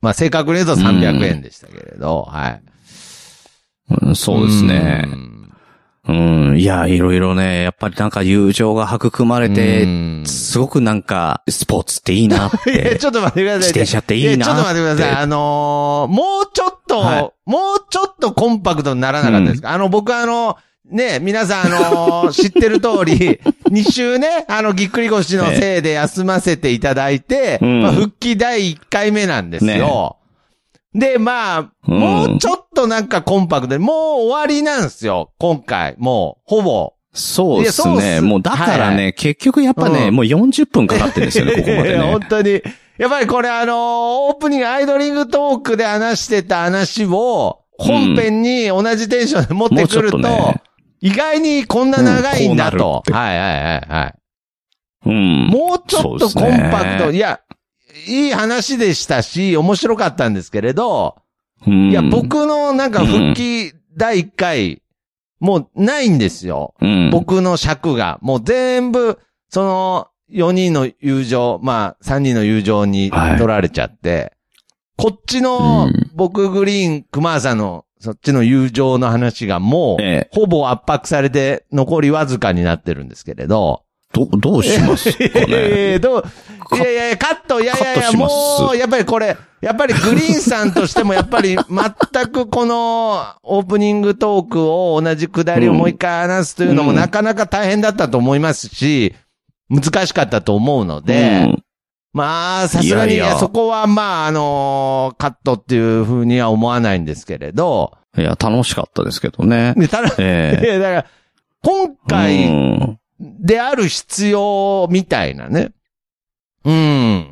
まあ正確に言うとさんびゃくえんでしたけれど、はい。 うん、そうですね。うん。いや、いろいろね、やっぱりなんか友情が育まれて、すごくなんか、スポーツっていいなって。 いや、ちょっと待ってください。 自転車っていいなって。 ちょっと待ってください。あのー、もうちょっと、はい、もうちょっとコンパクトにならなかったですか、うん、あの、僕あの、ね、皆さんあのー、知ってる通り、に週ね、あの、ぎっくり腰のせいで休ませていただいて、ええまあ、復帰だいいっかいめなんですよ。ね、で、まあ、うん、もうちょっとなんかコンパクトで、もう終わりなんですよ、今回。もう、ほぼ。 そうですね。もうだからね、はい、結局やっぱね、うん、もうよんじゅっぷんかかってるんですよね、ここまでね。 本当に。やっぱりこれあのー、オープニング、アイドリングトークで話してた話を、本編に同じテンションで持ってくると、うんね、意外にこんな長いんだと。うん、はいはいはいはい。うん。もうちょっとコンパクト、ね、いや、いい話でしたし、面白かったんですけれど、うん、いや、僕のなんか復帰だいいっかい、もうないんですよ。うん、僕の尺が。もう全部、その、よにんの友情、まあ、さんにんの友情に取られちゃって、はい、こっちの、僕グリーン、熊さんの、そっちの友情の話がもう、ええ、ほぼ圧迫されて、残りわずかになってるんですけれど。 ど、どうしますかねどう、いやいやいや、カット、いやいやいや、もう、やっぱりこれ、やっぱりグリーンさんとしても、やっぱり全くこの、オープニングトークを同じくだりをもう一回話すというのもなかなか大変だったと思いますし、難しかったと思うので、うんまあ、さすがに、そこは、まあ、あのー、カットっていう風には思わないんですけれど。 いや、楽しかったですけどね。 ね、ただ、えー、いや、だから、今回である必要みたいなね。うん。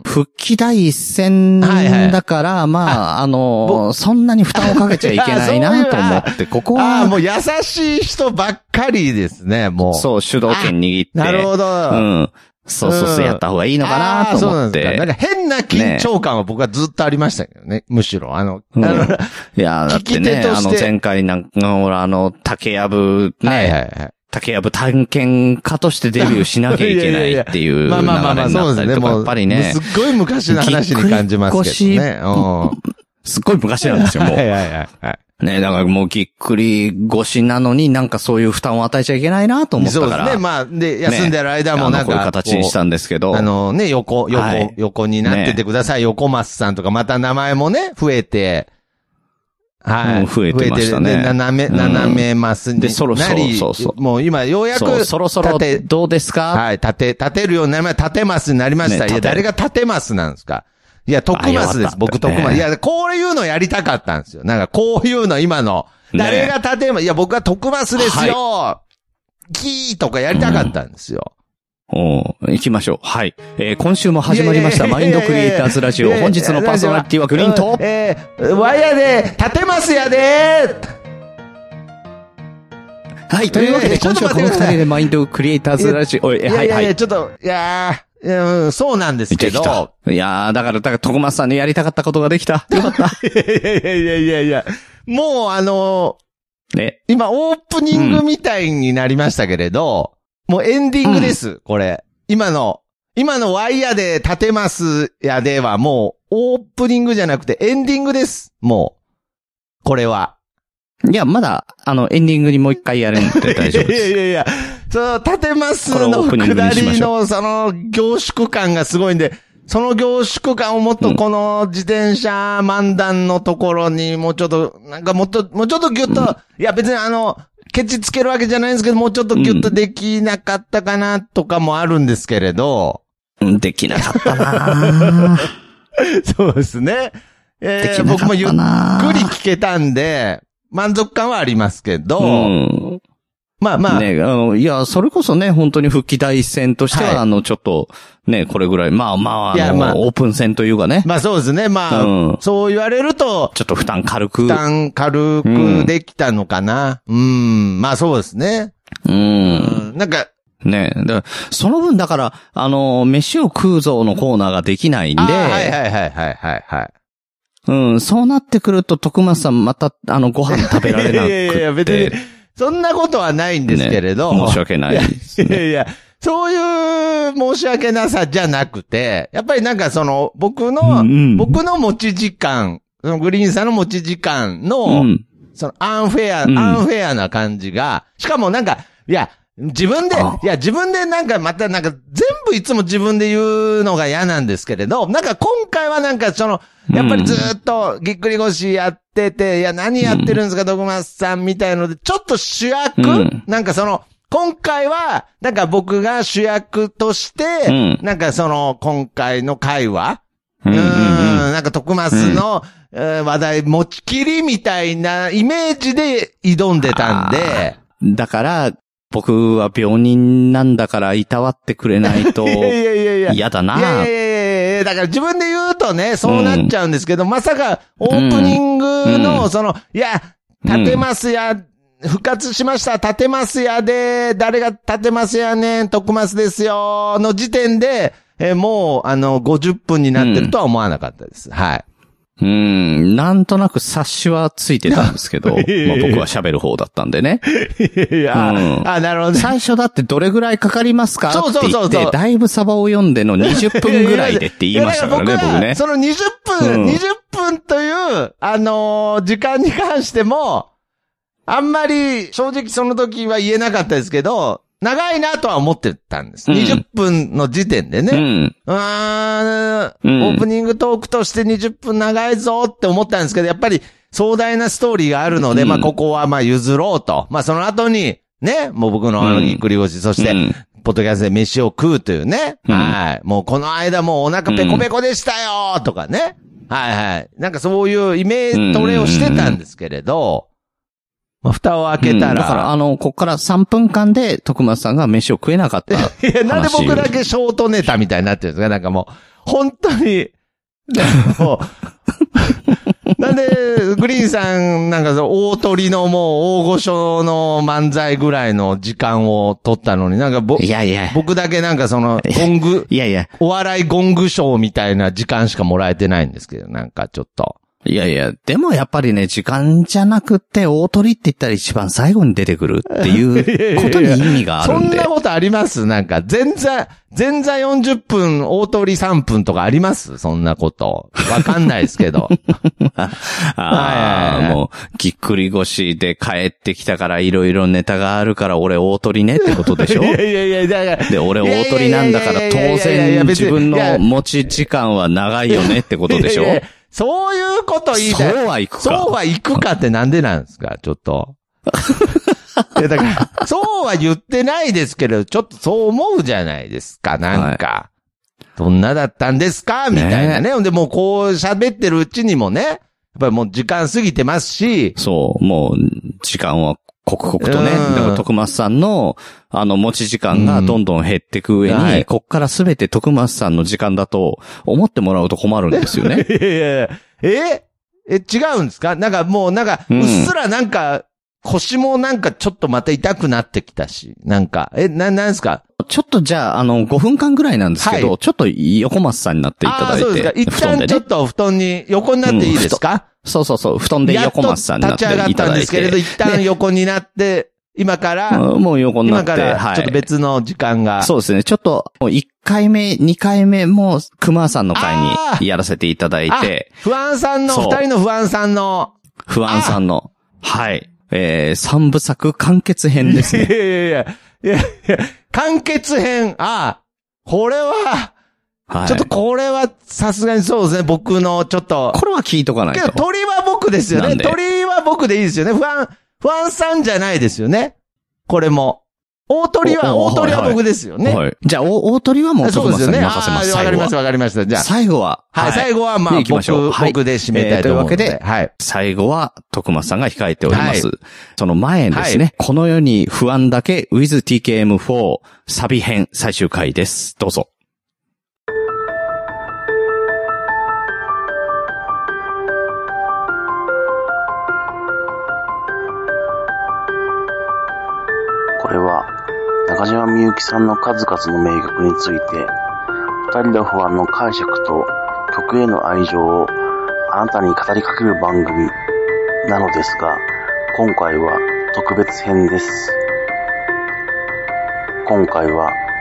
復帰第一戦だから、はいはい、まあ、あ、あのー、そんなに負担をかけちゃいけないなと思って、ここは。 ああ、もう優しい人ばっかりですね、もう。 そう、主導権握って。 なるほど。 うん。そうそうそう、やった方がいいのかなと思って。そうなんですか。 なんか変な緊張感は僕はずっとありましたけどね。むしろ、あの、 うん、あのいや、だってね、あの前回なんか、ほら、あの、竹やぶ、ね、はいはいはい。竹やぶ探検家としてデビューしなきゃいけないっていう流れになったりとか、まあまあまあ、そうですね。やっぱりね。 すっごい昔の話に感じますけどね。 すっごい昔なんですよ、もう。はいはいはい。ねだからもうぎっくり腰なのになんかそういう負担を与えちゃいけないなと思ったから。 そうですね。まあ、で、休んでる間もなんか、ね、 こういう形にしたんですけど。 あのね、横、横、はい、横になっててください。ね、横松さんとか、また名前もね、増えて、 はい。増えてましたね。 で、斜め、斜めますに。 で、そろそろ、そうそう。 もう今、ようやく、 そろそろ、どうですかはい、立て、立てるようになりました。立てますになりました。いや、誰が立てますなんですかいや、徳松です。僕、徳松。いや、こういうのやりたかったんですよ。なんか、こういうの今の、誰が立てます、いや、僕は徳松ですよキーとかやりたかったんですよ。 お行きましょう。はい。えー、今週も始まりました、マインドクリエイターズラジオ。本日のパーソナリティはグリーンと、 えー、ワイヤで、立てますやではい。というわけで、今週はこの二人でマインドクリエイターズラジオ。 はい、はい、はい。ちょっと、いやー、いやそうなんですけど。 いやー、だから、だから、徳松さんにやりたかったことができた。よかった。 いやいやいやいやいや、もうあのー、ね。 今、オープニングみたいになりましたけれど、うん、もうエンディングです、うん、これ。今の、今のワイヤで立てますやではもう、オープニングじゃなくてエンディングです。もう。これは。 いや、まだ、あの、エンディングにもう一回やるんで大丈夫です。 いやいやいや、その、立てますの下りの、その、凝縮感がすごいんで、その凝縮感をもっとこの自転車漫談のところにもうちょっと、なんかもっと、もうちょっとギュッと、うん、いや別にあの、ケチつけるわけじゃないんですけど、もうちょっとギュッとできなかったかなとかもあるんですけれど。 うん、できなかったなそうですね。えー、僕もゆっくり聞けたんで、満足感はありますけど、うん、まあまあ。 ね、あの、いや、それこそね、本当に復帰第一戦としては、はい、あの、ちょっと、ね、これぐらい、まあまあ、あの、いやまあ、オープン戦というかね。 まあそうですね、まあ、うん、そう言われると、 ちょっと負担軽く。 負担軽くできたのかな。うん、うんまあそうですね。 うん。うんなんか、 ねだから、その分だから、あの、飯を食うぞのコーナーができないんで。はいはいはいはいはいはい。 うん、そうなってくると、徳松さんまた、あの、ご飯食べられなくて。いやいやいや、別に、 そんなことはないんですけれど。 ね、申し訳ないです、ね。 いやいや、 そういう申し訳なさじゃなくて、やっぱりなんかその、僕の、 うんうん、 僕の持ち時間、そのグリーンさんの持ち時間の、うん、そのアンフェア、うん、アンフェアな感じが、しかもなんか、いや、自分で、いや、自分でなんかまたなんか全部いつも自分で言うのが嫌なんですけれど、なんか今回はなんかその、やっぱりずっとぎっくり腰やってて、いや、何やってるんですか、徳松さんみたいので、ちょっと主役、うん、なんかその、今回は、なんか僕が主役として、うん、なんかその、今回の会話、うん、うん、なんか徳松の、うん、話題持ちきりみたいなイメージで挑んでたんで。 だから、僕は病人なんだからいたわってくれないと嫌だな。 いやいやいやいや、だから自分で言うとね、そうなっちゃうんですけど、うん、まさかオープニングの、その、いや、立てますや、復活しました、立てますやで、誰が立てますやねん、徳松ですよ、の時点で、えもう、あの、ごじゅっぷんになってるとは思わなかったです。うん、はい。 うーん、なんとなく察しはついてたんですけど、まあ僕は喋る方だったんでね。 いや、うん、あ、なるほど。 最初だってどれぐらいかかりますかって言って、そうそうそうそう、だいぶサバを読んでのにじゅっぷんぐらいでって言いましたからね、僕ね。 そのにじゅっぷん、うん、にじゅっぷんという、あのー、時間に関しても、あんまり正直その時は言えなかったですけど、長いなとは思ってたんです。うん、にじゅっぷんの時点でね。うん。うーん、うん、オープニングトークとしてにじゅっぷん長いぞって思ったんですけど、やっぱり壮大なストーリーがあるので、うん、まあここはまあ譲ろうと。まあその後に、ね、もう僕のあのぎっくり腰、そして、うん、ポッドキャストで飯を食うというね。うん、はい。もうこの間もうお腹ペコペコでしたよとかね。うん、はいはい。なんかそういうイメージトレをしてたんですけれど、まあ、蓋を開けたら、うん。 だから、あの、こっからさんぷんかんで、徳松さんが飯を食えなかった。いや、なんで僕だけショートネタみたいになってるんですか？なんかもう、本当に、もうなんで、グリーンさん、なんかその、大鳥のもう、大御所の漫才ぐらいの時間を取ったのに、なんかぼ、 いやいや。 僕だけなんかその、ゴング、 いやいや。 お笑いゴングショーみたいな時間しかもらえてないんですけど、なんかちょっと。 いやいや、でもやっぱりね、時間じゃなくて、大鳥って言ったら一番最後に出てくるっていうことに意味があるんで。 そんなことあります？なんか、前座、前座よんじゅっぷん、大鳥さんぷんとかあります？そんなこと。わかんないですけど。 ああ、もう、ぎっくり腰で帰ってきたからいろいろネタがあるから俺大鳥ねってことでしょ？いやいやいや、だから。 で、俺大鳥なんだから当然自分の持ち時間は長いよねってことでしょ？ そういうこと言いたい。 そうは行くか。 そうは行くかってなんでなんですかちょっと。いやだから、そうは言ってないですけど、ちょっとそう思うじゃないですか、なんか。はい、どんなだったんですかみたいなね。ねで、もうこう喋ってるうちにもね、やっぱりもう時間過ぎてますし。 そう、もう時間は刻々とね。だから徳松さんの、あの、持ち時間がどんどん減っていく上に、うんはい、こっからすべて徳松さんの時間だと思ってもらうと困るんですよね。 いやいやいやええ、違うんですか？なんかもうなんか、うっすらなんか、腰もなんかちょっとまた痛くなってきたし、なんか、え、な、なんですか？ ちょっとじゃあ、あの、ごふんかんぐらいなんですけど、はい、ちょっと横松さんになっていただいて。あ、そうですか。 一旦ちょっと布団に横になっていいですか？ うん、そうそうそう、布団で横松さんになっていただいて。 立ち上がったんですけれど、一旦横になって、今から、 もう横になって、 今から、ちょっと別の時間が。 はい、そうですね。ちょっと、いっかいめ、にかいめも、熊さんの会にやらせていただいて。 不安さんの、二人の不安さんの。 不安さんの。はい。えー、三部作完結編ですね。 いやいやいや、いやいや、完結編、ああ、これは、はい、ちょっとこれはさすがにそうですね、僕のちょっと。 これは聞いとかないと。 けど鳥は僕ですよね。鳥は僕でいいですよね。不安、不安さんじゃないですよね。これも。大鳥は、大鳥は僕ですよね。はいはい、 じゃあ、大鳥はもう徳松さんに任せます。 わかりました、わかりました。じゃあ。 最後は。 はい、最後は、まあ、僕、僕で締めたいと思うので。というわけで、 はい。最後は、徳松さんが控えております。はい、その前ですね、はい。この世に不安だけ with ティーケーエムフォー サビ編最終回です。どうぞ。 これは中島みゆきさんの数々の名曲について二人の不安の解釈と曲への愛情をあなたに語りかける番組なのですが、今回は特別編です。今回は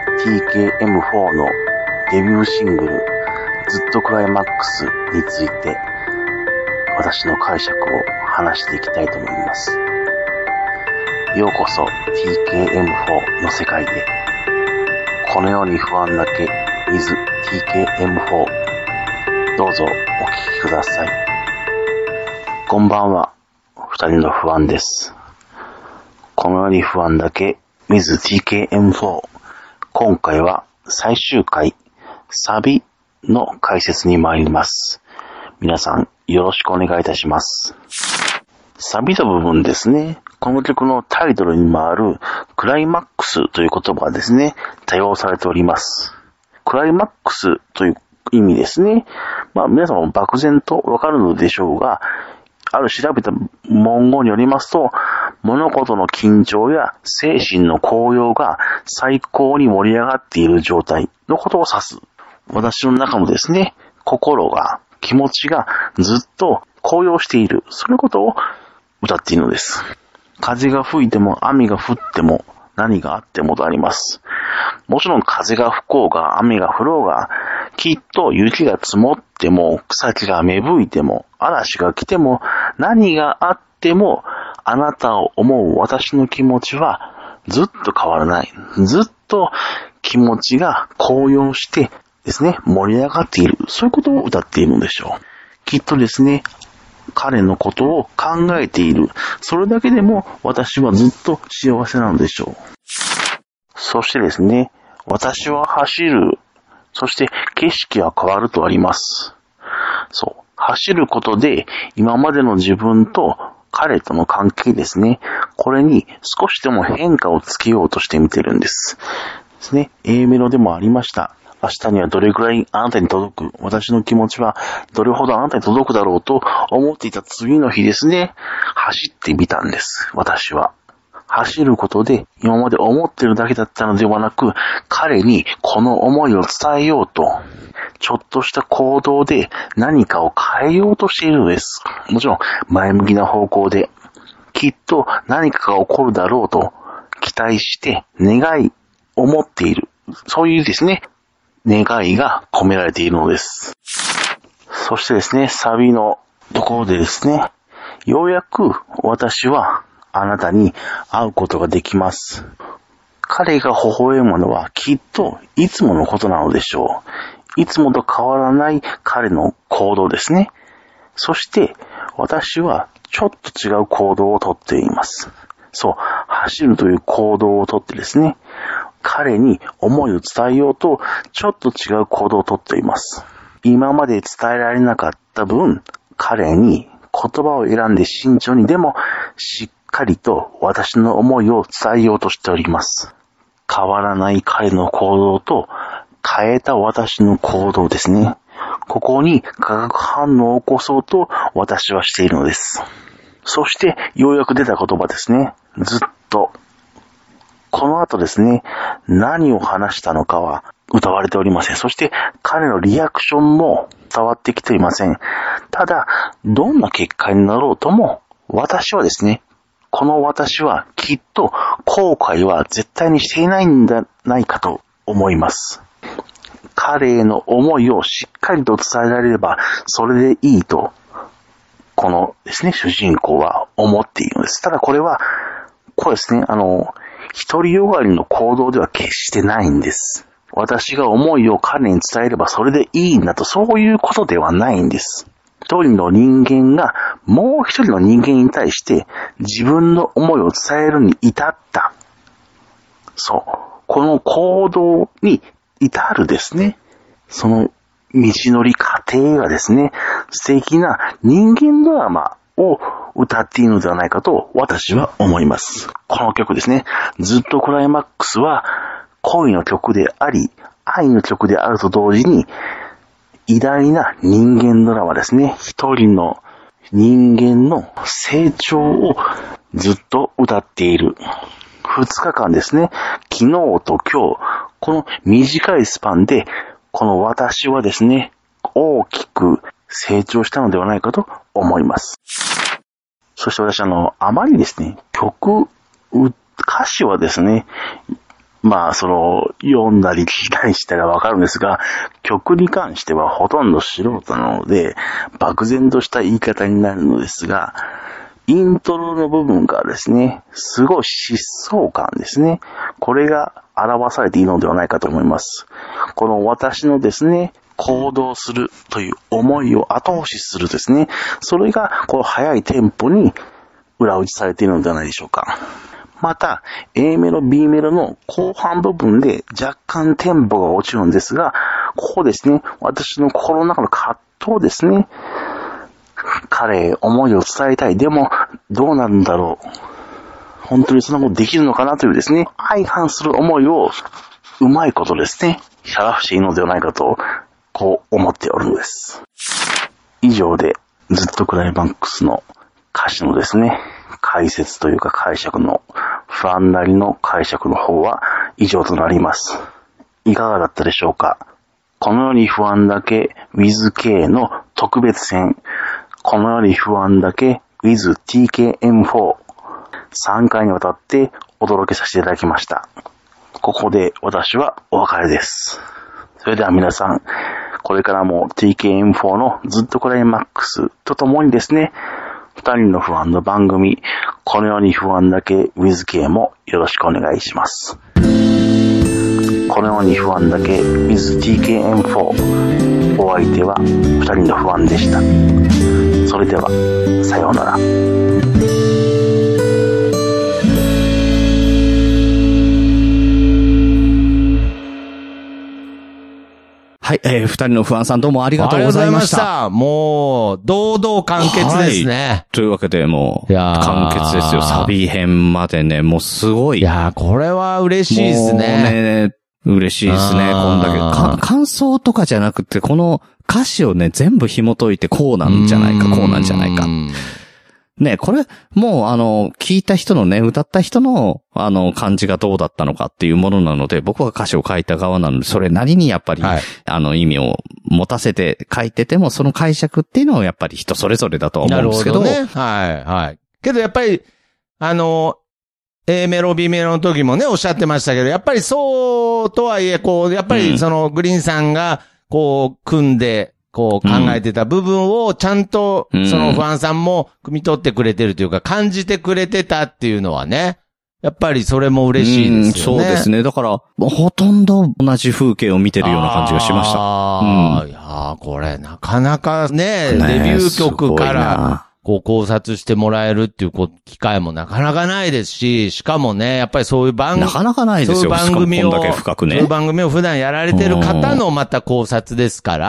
ティーケーエムフォー のデビューシングルずっとクライマックスについて私の解釈を話していきたいと思います。ようこそ ティーケーエムフォー の世界で、このように不安だけ with ティーケーエムフォー、 どうぞお聞きください。こんばんは、二人の不安です。このように不安だけ with ティーケーエムフォー、 今回は最終回サビの解説に参ります。皆さんよろしくお願いいたします。サビの部分ですね。この曲のタイトルにもあるクライマックスという言葉がですね、多用されております。クライマックスという意味ですね。まあ皆さんも漠然とわかるのでしょうが、ある調べた文言によりますと、物事の緊張や精神の高揚が最高に盛り上がっている状態のことを指す。私の中のですね、心が、気持ちがずっと高揚している。そのことを歌っているのです。風が吹いても雨が降っても何があってもとあります。もちろん風が吹こうが雨が降ろうが、きっと雪が積もっても草木が芽吹いても嵐が来ても何があっても、あなたを思う私の気持ちはずっと変わらない。ずっと気持ちが高揚してですね、盛り上がっている。そういうことを歌っているのでしょう。きっとですね、彼のことを考えている。それだけでも私はずっと幸せなのでしょう。そしてですね、私は走る。そして景色は変わるとあります。そう。走ることで今までの自分と彼との関係ですね。これに少しでも変化をつけようとしてみてるんです。ですね。A メロでもありました。明日にはどれくらいあなたに届く、私の気持ちはどれほどあなたに届くだろうと思っていた次の日ですね、走ってみたんです。私は。走ることで今まで思ってるだけだったのではなく、彼にこの思いを伝えようと、ちょっとした行動で何かを変えようとしているのです。もちろん前向きな方向で、きっと何かが起こるだろうと期待して願い、思っている。そういうですね、願いが込められているのです。そしてですね、サビのところでですね、ようやく私はあなたに会うことができます。彼が微笑むのはきっといつものことなのでしょう。いつもと変わらない彼の行動ですね。そして私はちょっと違う行動をとっています。そう、走るという行動をとってですね、彼に思いを伝えようとちょっと違う行動をとっています。今まで伝えられなかった分、彼に言葉を選んで慎重にでもしっかりと私の思いを伝えようとしております。変わらない彼の行動と変えた私の行動ですね。ここに化学反応を起こそうと私はしているのです。そしてようやく出た言葉ですね。ずっと。この後ですね、何を話したのかは歌われておりません。そして彼のリアクションも伝わってきていません。ただ、どんな結果になろうとも、私はですね、この私はきっと後悔は絶対にしていないんじゃないかと思います。彼への思いをしっかりと伝えられればそれでいいと、このですね、主人公は思っているのです。ただこれは、こうですね、あの、独りよがりの行動では決してないんです。私が思いを彼に伝えればそれでいいんだと、そういうことではないんです。一人の人間がもう一人の人間に対して自分の思いを伝えるに至った。そう。この行動に至るですね。その道のり過程がですね、素敵な人間ドラマを歌っているのではないかと私は思います。この曲ですね。ずっとクライマックスは恋の曲であり、愛の曲であると同時に偉大な人間ドラマですね。一人の人間の成長をずっと歌っている。二日間ですね。昨日と今日、この短いスパンで、この私はですね、大きく成長したのではないかと思います。そして私あの、あまりですね、曲、歌詞はですね、 まあ、その、読んだり聞いたりしたらわかるんですが、曲に関してはほとんど素人なので、漠然とした言い方になるのですが、イントロの部分がですね、すごい疾走感ですね。これが表されていいのではないかと思います。この私のですね、行動するという思いを後押しするですね。それが、この速いテンポに裏打ちされているのではないでしょうか。また、A メロ、B メロの後半部分で若干テンポが落ちるんですが、ここですね、私の心の中の葛藤ですね。彼へ思いを伝えたい。でも、どうなんだろう。本当にそんなことできるのかなというですね、相反する思いをうまいことですね、表していいのではないかと、こう思っておるのです。以上で、ずっとクライマックスの歌詞のですね、解説というか解釈の、ファンなりの解釈の方は以上となります。いかがだったでしょうか。このように不安だけ with K の特別編、このように不安だけ with ティーケーエムフォー、さんかいにわたってお届けさせていただきました。ここで私はお別れです。それでは皆さん、これからも ティーケーエムフォー のずっとクライマックスとともにですね、二人の不安の番組、このように不安だけ with K もよろしくお願いします。このように不安だけ with ティーケーエムフォー、お相手は二人の不安でした。それでは、さようなら。 はい、えー、二人の不安さんどうもありがとうございました。ありがとうございました。 もう、堂々完結ですね。 はい、というわけで、もう、完結ですよ。サビ編までね、もうすごい。 いやー、これは嬉しいですね。 もうね、嬉しいですね。こんだけか。感想とかじゃなくて、この歌詞をね、全部紐解いてこうなんじゃないか、こうなんじゃないか。ね、これ、もうあの、聞いた人のね、歌った人の、あの、感じがどうだったのかっていうものなので、僕は歌詞を書いた側なので、それなりにやっぱり、はい、あの、意味を持たせて書いてても、その解釈っていうのはやっぱり人それぞれだとは思うんですけど。 なるほどね。はい、はい。けどやっぱり、あの、A メロ、B メロの時もね、おっしゃってましたけど、やっぱりそうとはいえ、こう、やっぱりその、グリーンさんが、こう、組んで、こう考えてた部分をちゃんとその不安さんも汲み取ってくれてるというか感じてくれてたっていうのはね、やっぱりそれも嬉しいですよね。 そうですね。だからほとんど同じ風景を見てるような感じがしました。 ああ、うん、いやーこれなかなかね、デビュー曲からこう考察してもらえるっていう機会もなかなかないですし、しかもね、やっぱりそういう番組、 なかなかないですよ。 そういう番組を、 こんだけ深くね。 そういう番組を普段やられてる方のまた考察ですから、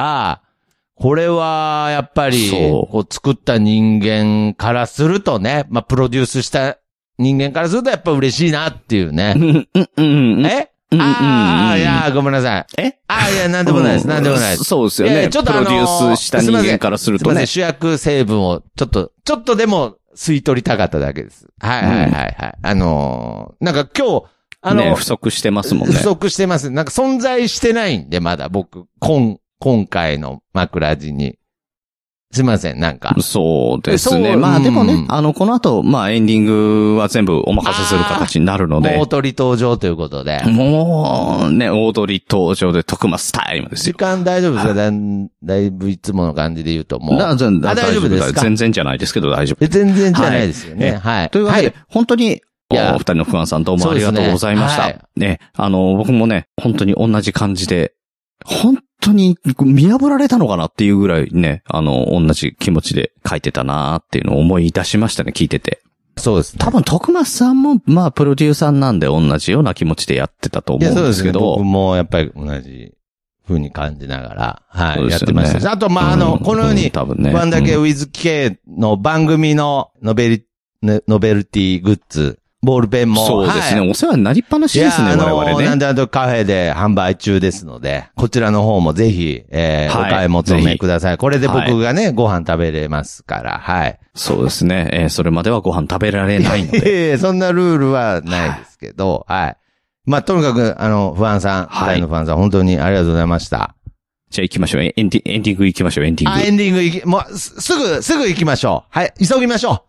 これは、やっぱり、こう作った人間からするとね、まあ、プロデュースした人間からするとやっぱ嬉しいなっていうね。 うんうんうん、 えああ、いや、ごめんなさい。 えああ、いや、なんでもないです、なんでもないです。 そうですよね。ちょっとプロデュースした人間からするとね。すみません、 主役成分を、ちょっと、ちょっとでも吸い取りたかっただけです。はいはいはいはい。あのー、なんか今日、あの、 ね、不足してますもんね。 不足してます。なんか存在してないんで、まだ僕、今、今回の枕地に。すいません、なんか。 そうですね。まあでもね、うん、あの、この後、まあエンディングは全部お任せする形になるので。 大鳥登場ということで。 もう、ね、大鳥登場で徳間スタイルですよ。 時間大丈夫ですか？だ, だいぶいつもの感じで言うともう。 だ全大丈夫ですか？ 全然じゃないですけど大丈夫。 全然じゃないですよね。はい。はい、 というわけで、はい、本当に、お二人の不安さんどうもありがとうございました。ね、はい、ね、あの、僕もね、本当に同じ感じで、本当に見破られたのかなっていうぐらいね、あの、同じ気持ちで書いてたなーっていうのを思い出しましたね、聞いてて。 そうですね。 多分、徳松さんも、まあ、プロデューサーなんで同じような気持ちでやってたと思うんですけど。いや、そうですね。 僕もやっぱり同じ風に感じながら、はい、ね、やってました。あと、まあ、あの、うん、このように、多分ね、ワンだけ with K の番組のノベリ、ノベルティグッズ、ボールペンも。 そうですね、はい。お世話になりっぱなしですね、我々ね。 なんであとカフェで販売中ですので、こちらの方もぜひ、えー、はい、お買い求めください。これで僕がね、はい、ご飯食べれますから、はい。 そうですね、えー、それまではご飯食べられないので。 いやそんなルールはないですけど、はい。はい、まあ、とにかく、あの、不安さん、はい。の不安さん、本当にありがとうございました。 じゃあ行きましょう。エンディエンディング行きましょう、エンディング。 あ、エンディング行き、もう、すぐ、すぐ行きましょう。はい、急ぎましょう。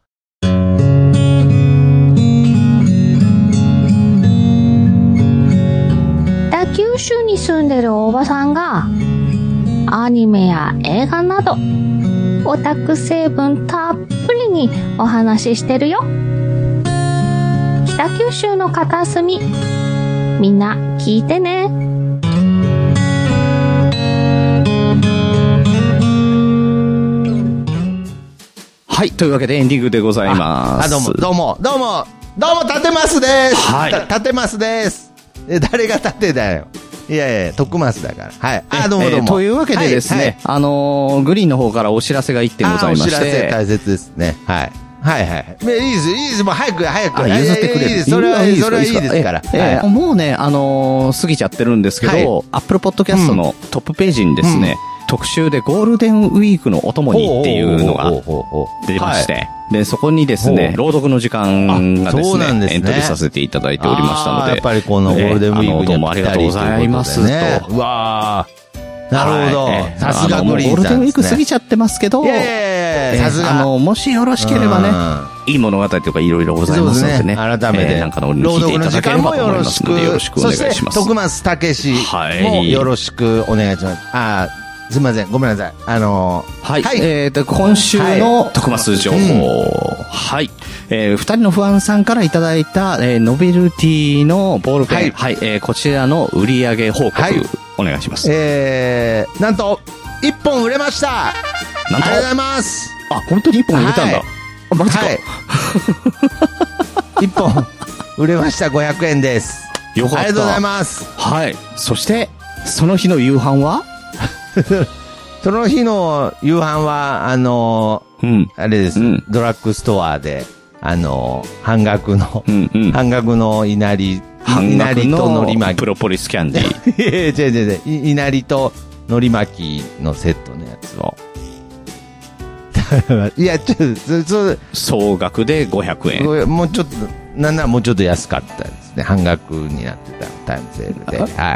九州に住んでるおばさんが、アニメや映画など、オタク成分たっぷりにお話ししてるよ。北九州の片隅、みんな聞いてね。 はい。というわけでエンディングでございます。 あ、どうも、どうも、どうも、どうも、立てますです。 はい。 立てますです。え、誰が立てだよ。いやいや、徳松だから。はい。あ、どうもどうも。 えー、というわけでですね、はいはい、あのー、グリーンの方からお知らせがいってんございまして。お知らせ大切ですね。はい。はいはい。いいです、いいです。もう早く、早く。 譲ってくれる。 いいです。それは、それはいいですから。 えー、もうね、あのー、過ぎちゃってるんですけど、はい、Apple Podcast のトップページにですね、うん、特集でゴールデンウィークのお供にっていうのが出まして、で、そこにですね、朗読の時間がですね、ねエントリーさせていただいておりましたので、 やっぱりこのゴールデンウィークに、 どうもありがとうございますと。 うわー。なるほど。さすがグリーンさんですね。ゴールデンウィーク過ぎちゃってますけど、さすが。あの、もしよろしければね、いい物語とかいろいろございますのでね。改めて。 なんかの聞いていただければと思いますので、よろしくお願いします。 そして、徳松武史もよろしくお願いします。あすみません。ごめんなさい。あのー、はい。はい、えっと、今週の徳松情報。はい。うんはい、えー、二人の不安さんからいただいた、えー、ノベルティのボールペン。はい。はい、えー、こちらの売上報告、はい、お願いします。 えー、なんと、一本売れました。なんと。ありがとうございます。 あ、本当に一本売れたんだ。はい、あ、マジか。はい、 一本売れました。ごひゃくえんです。 よかった。 ありがとうございます。 はい。そして、その日の夕飯はその日の夕飯は、あのー、うん、あれです、うん、ドラッグストアで、あのー、半額の、うんうん、半額の稲荷、 稲荷と海苔巻き。プロポリスキャンディー。 いやいや、違う違う違う、稲荷と海苔巻きのセットのやつを。いや、ちょっと、そ総額でごひゃくえん。 もうちょっと、なんならもうちょっと安かったですね。半額になってたタイムセールで。はい。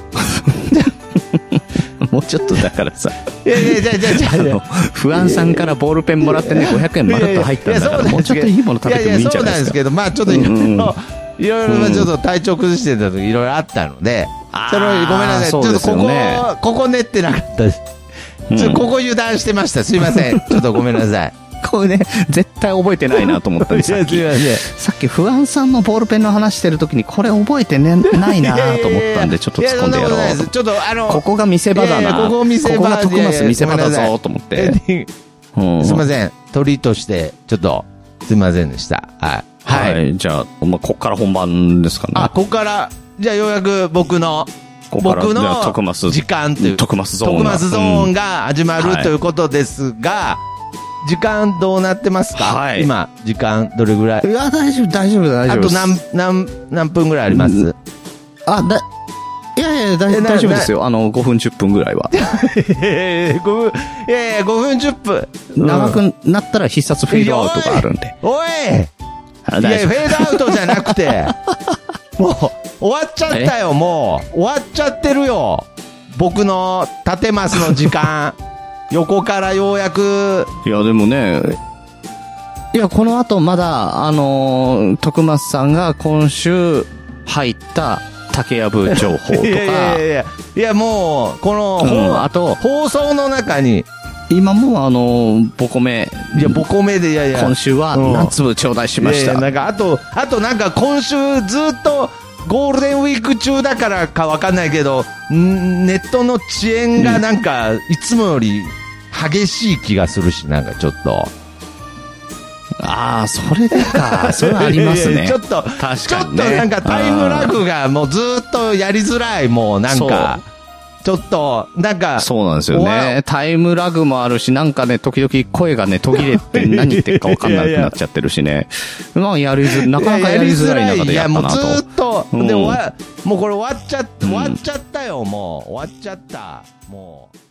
もうちょっとだからさ。 いやいや、じゃあじゃあじゃあ。あの、 不安さんからボールペンもらってね、ごひゃくえんまるっと入ったんだから、もうちょっといいもの食べてもいいんじゃないですか。いやいや、そうなんですけど、まあちょっといろいろ、いろいろちょっと体調崩してた時いろいろあったので、それをごめんなさい。ちょっとここ、ここ練ってなかったです。ちょっとここ油断してました。すいません。ちょっとごめんなさい。 これね、絶対覚えてないなと思ったんで、さっき。さっき不安さんのボールペンの話してる時に、これ覚えてね、ないなと思ったんで、ちょっと突っ込んでやろう。 ちょっとあの、 ここが見せ場だな。ここ見せ場。ここが徳松見せ場だぞと思って。 すいません。鳥として、ちょっと、すいませんでした。はい。 はい。じゃあ、まあ、ここから本番ですかね。 あ、ここから、じゃあようやく僕の、僕の時間という、 徳松ゾーン。 徳松ゾーンが始まるということですが、時間どうなってますか？はい。今、時間どれぐらい？ いや、大丈夫、大丈夫、大丈夫。 あと何、何、何分ぐらいあります？うん、 あ、だ、いやいや、大丈夫ですよ。あの、ごふん、じゅっぷんぐらいは。 いやいや、ごふん、いやいや、ごふん、じゅっぷん。 長くなったら必殺フェードアウトがあるんで。 おい！いや、フェードアウトじゃなくて、もう、終わっちゃったよ、もう。終わっちゃってるよ。僕の、立てますの時間。横からようやく。 いや、でもね、いや、この後まだ、あのー、徳松さんが今週入った竹やぶ情報とか。いやいやいやいや、もう、この、うん、あと、放送の中に、 今もあのー、ボコメ。 いや、ボコメで、いやいや。 今週は何粒頂戴しました。 いやいや、なんか、あと、あとなんか今週ずっと、ゴールデンウィーク中だからかわかんないけど、ネットの遅延がなんか、いつもより激しい気がするし、なんかちょっと。 ああ、それでか。それはありますね。 ちょっと、確かに、ね、ちょっとなんかタイムラグがもうずっとやりづらい、もうなんか。ちょっと、なんか。 そうなんですよね。タイムラグもあるし、なんかね、時々声がね、途切れて何言ってるか分かんなくなっちゃってるしね。まあ、やりづ、なかなかやりづらい中でやったなと。いや、 もうずっと、うん、で、終わ、もうこれ終わっちゃった、終わっちゃったよ、もう。終わっちゃった。もう。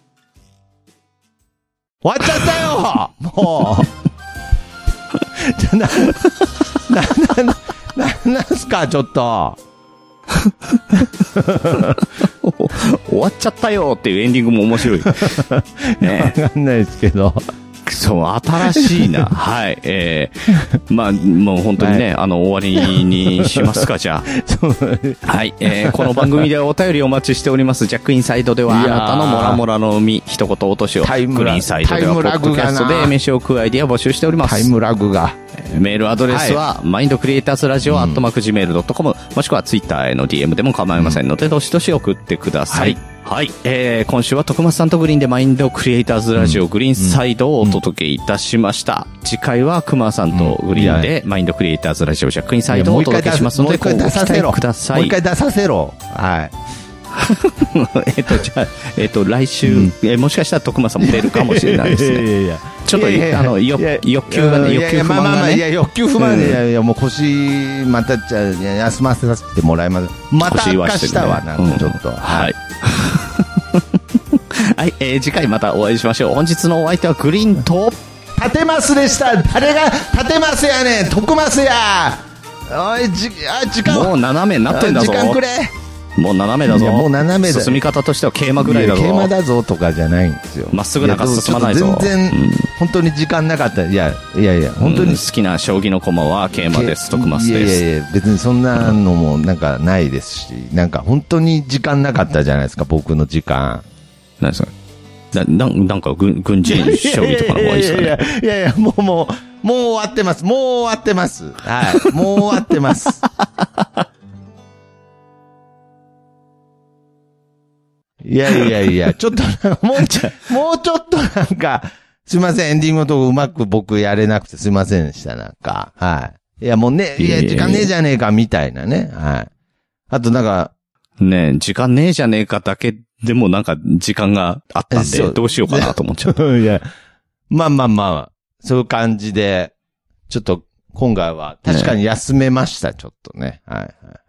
終わっちゃったよもう。じゃ、な、な、な、な、なんすか、ちょっと。 終わっちゃったよっていうエンディングも面白い。 ね。わかんないですけど。 そそう、新しいな。はい。えー、まあ、もう本当にね、はい、あの、終わりにしますか、じゃあ。はい。えー、この番組ではお便りお待ちしております。ジャックインサイドでは、あなたのモラモラの海、一言落としを。グリーンサイドでは、ポッドキャストで飯を食うアイディアを募集しております。 タイムラグが。 メールアドレスは、はい、マインドクリエイターズラジオアットマークジメールドットコム、もしくはツイッターへの ディーエム でも構いませんので、どしどし送ってください。はい。はい。えー、今週は徳松さんとグリーンでマインドクリエイターズラジオ、うん、グリーンサイドをお届けいたしました。うん、次回は熊さんとグリーンでマインドクリエイターズラジオジャックインサイドをお届けしますので、 もう一回出させろ。 ください。 もう一回出させろ。はい。 えっと、じゃあ、えっと、来週、うん、えー、もしかしたら徳間さんも出るかもしれないですね。いやいやいやちょっと、いやいやあの、欲求がね、欲求不満がね。まあまあまあ、いや、 欲求不満で、いやいや、もう腰、また、じゃあ、休ませさせてもらいます。また悪化したわ、なんかちょっと。うん、はい。 はい、えー、次回またお会いしましょう。本日のお相手はグリーンと、 立てますでした。誰が立てますやねん、徳ますや。おい、じ、あ、時間もう斜めになってんだぞ。 時間くれ。 もう斜めだぞ。 もう斜めだ。 進み方としては桂馬ぐらいだぞ。 桂馬だぞとかじゃないんですよ。 まっすぐなんか進まないぞ。 全然、うん、本当に時間なかった。いや、いやいや、本当に、うん、 好きな将棋の駒は桂馬です。徳マスです。 いやいやいや、別にそんなのもなんかないですし、なんか本当に時間なかったじゃないですか、僕の時間。 何ですかな、ななんか軍、軍事将棋とかの方がいいですかね。 いやいやいやいやいや、もうもう、もう終わってます。もう終わってます。はい。もう終わってます。いやいやいや、ちょっと、もうちょ、もうちょっとなんか、すいません、エンディングのとこうまく僕やれなくてすいませんでした、なんか。はい。いやもうね、いや、時間ねえじゃねえか、みたいなね。はい。あとなんか、 ねえ、時間ねえじゃねえかだけでもなんか時間があったんで、どうしようかなと思っちゃった。 いや、まあまあまあ、そういう感じで、ちょっと今回は確かに休めました、ね、ちょっとね。はいはい。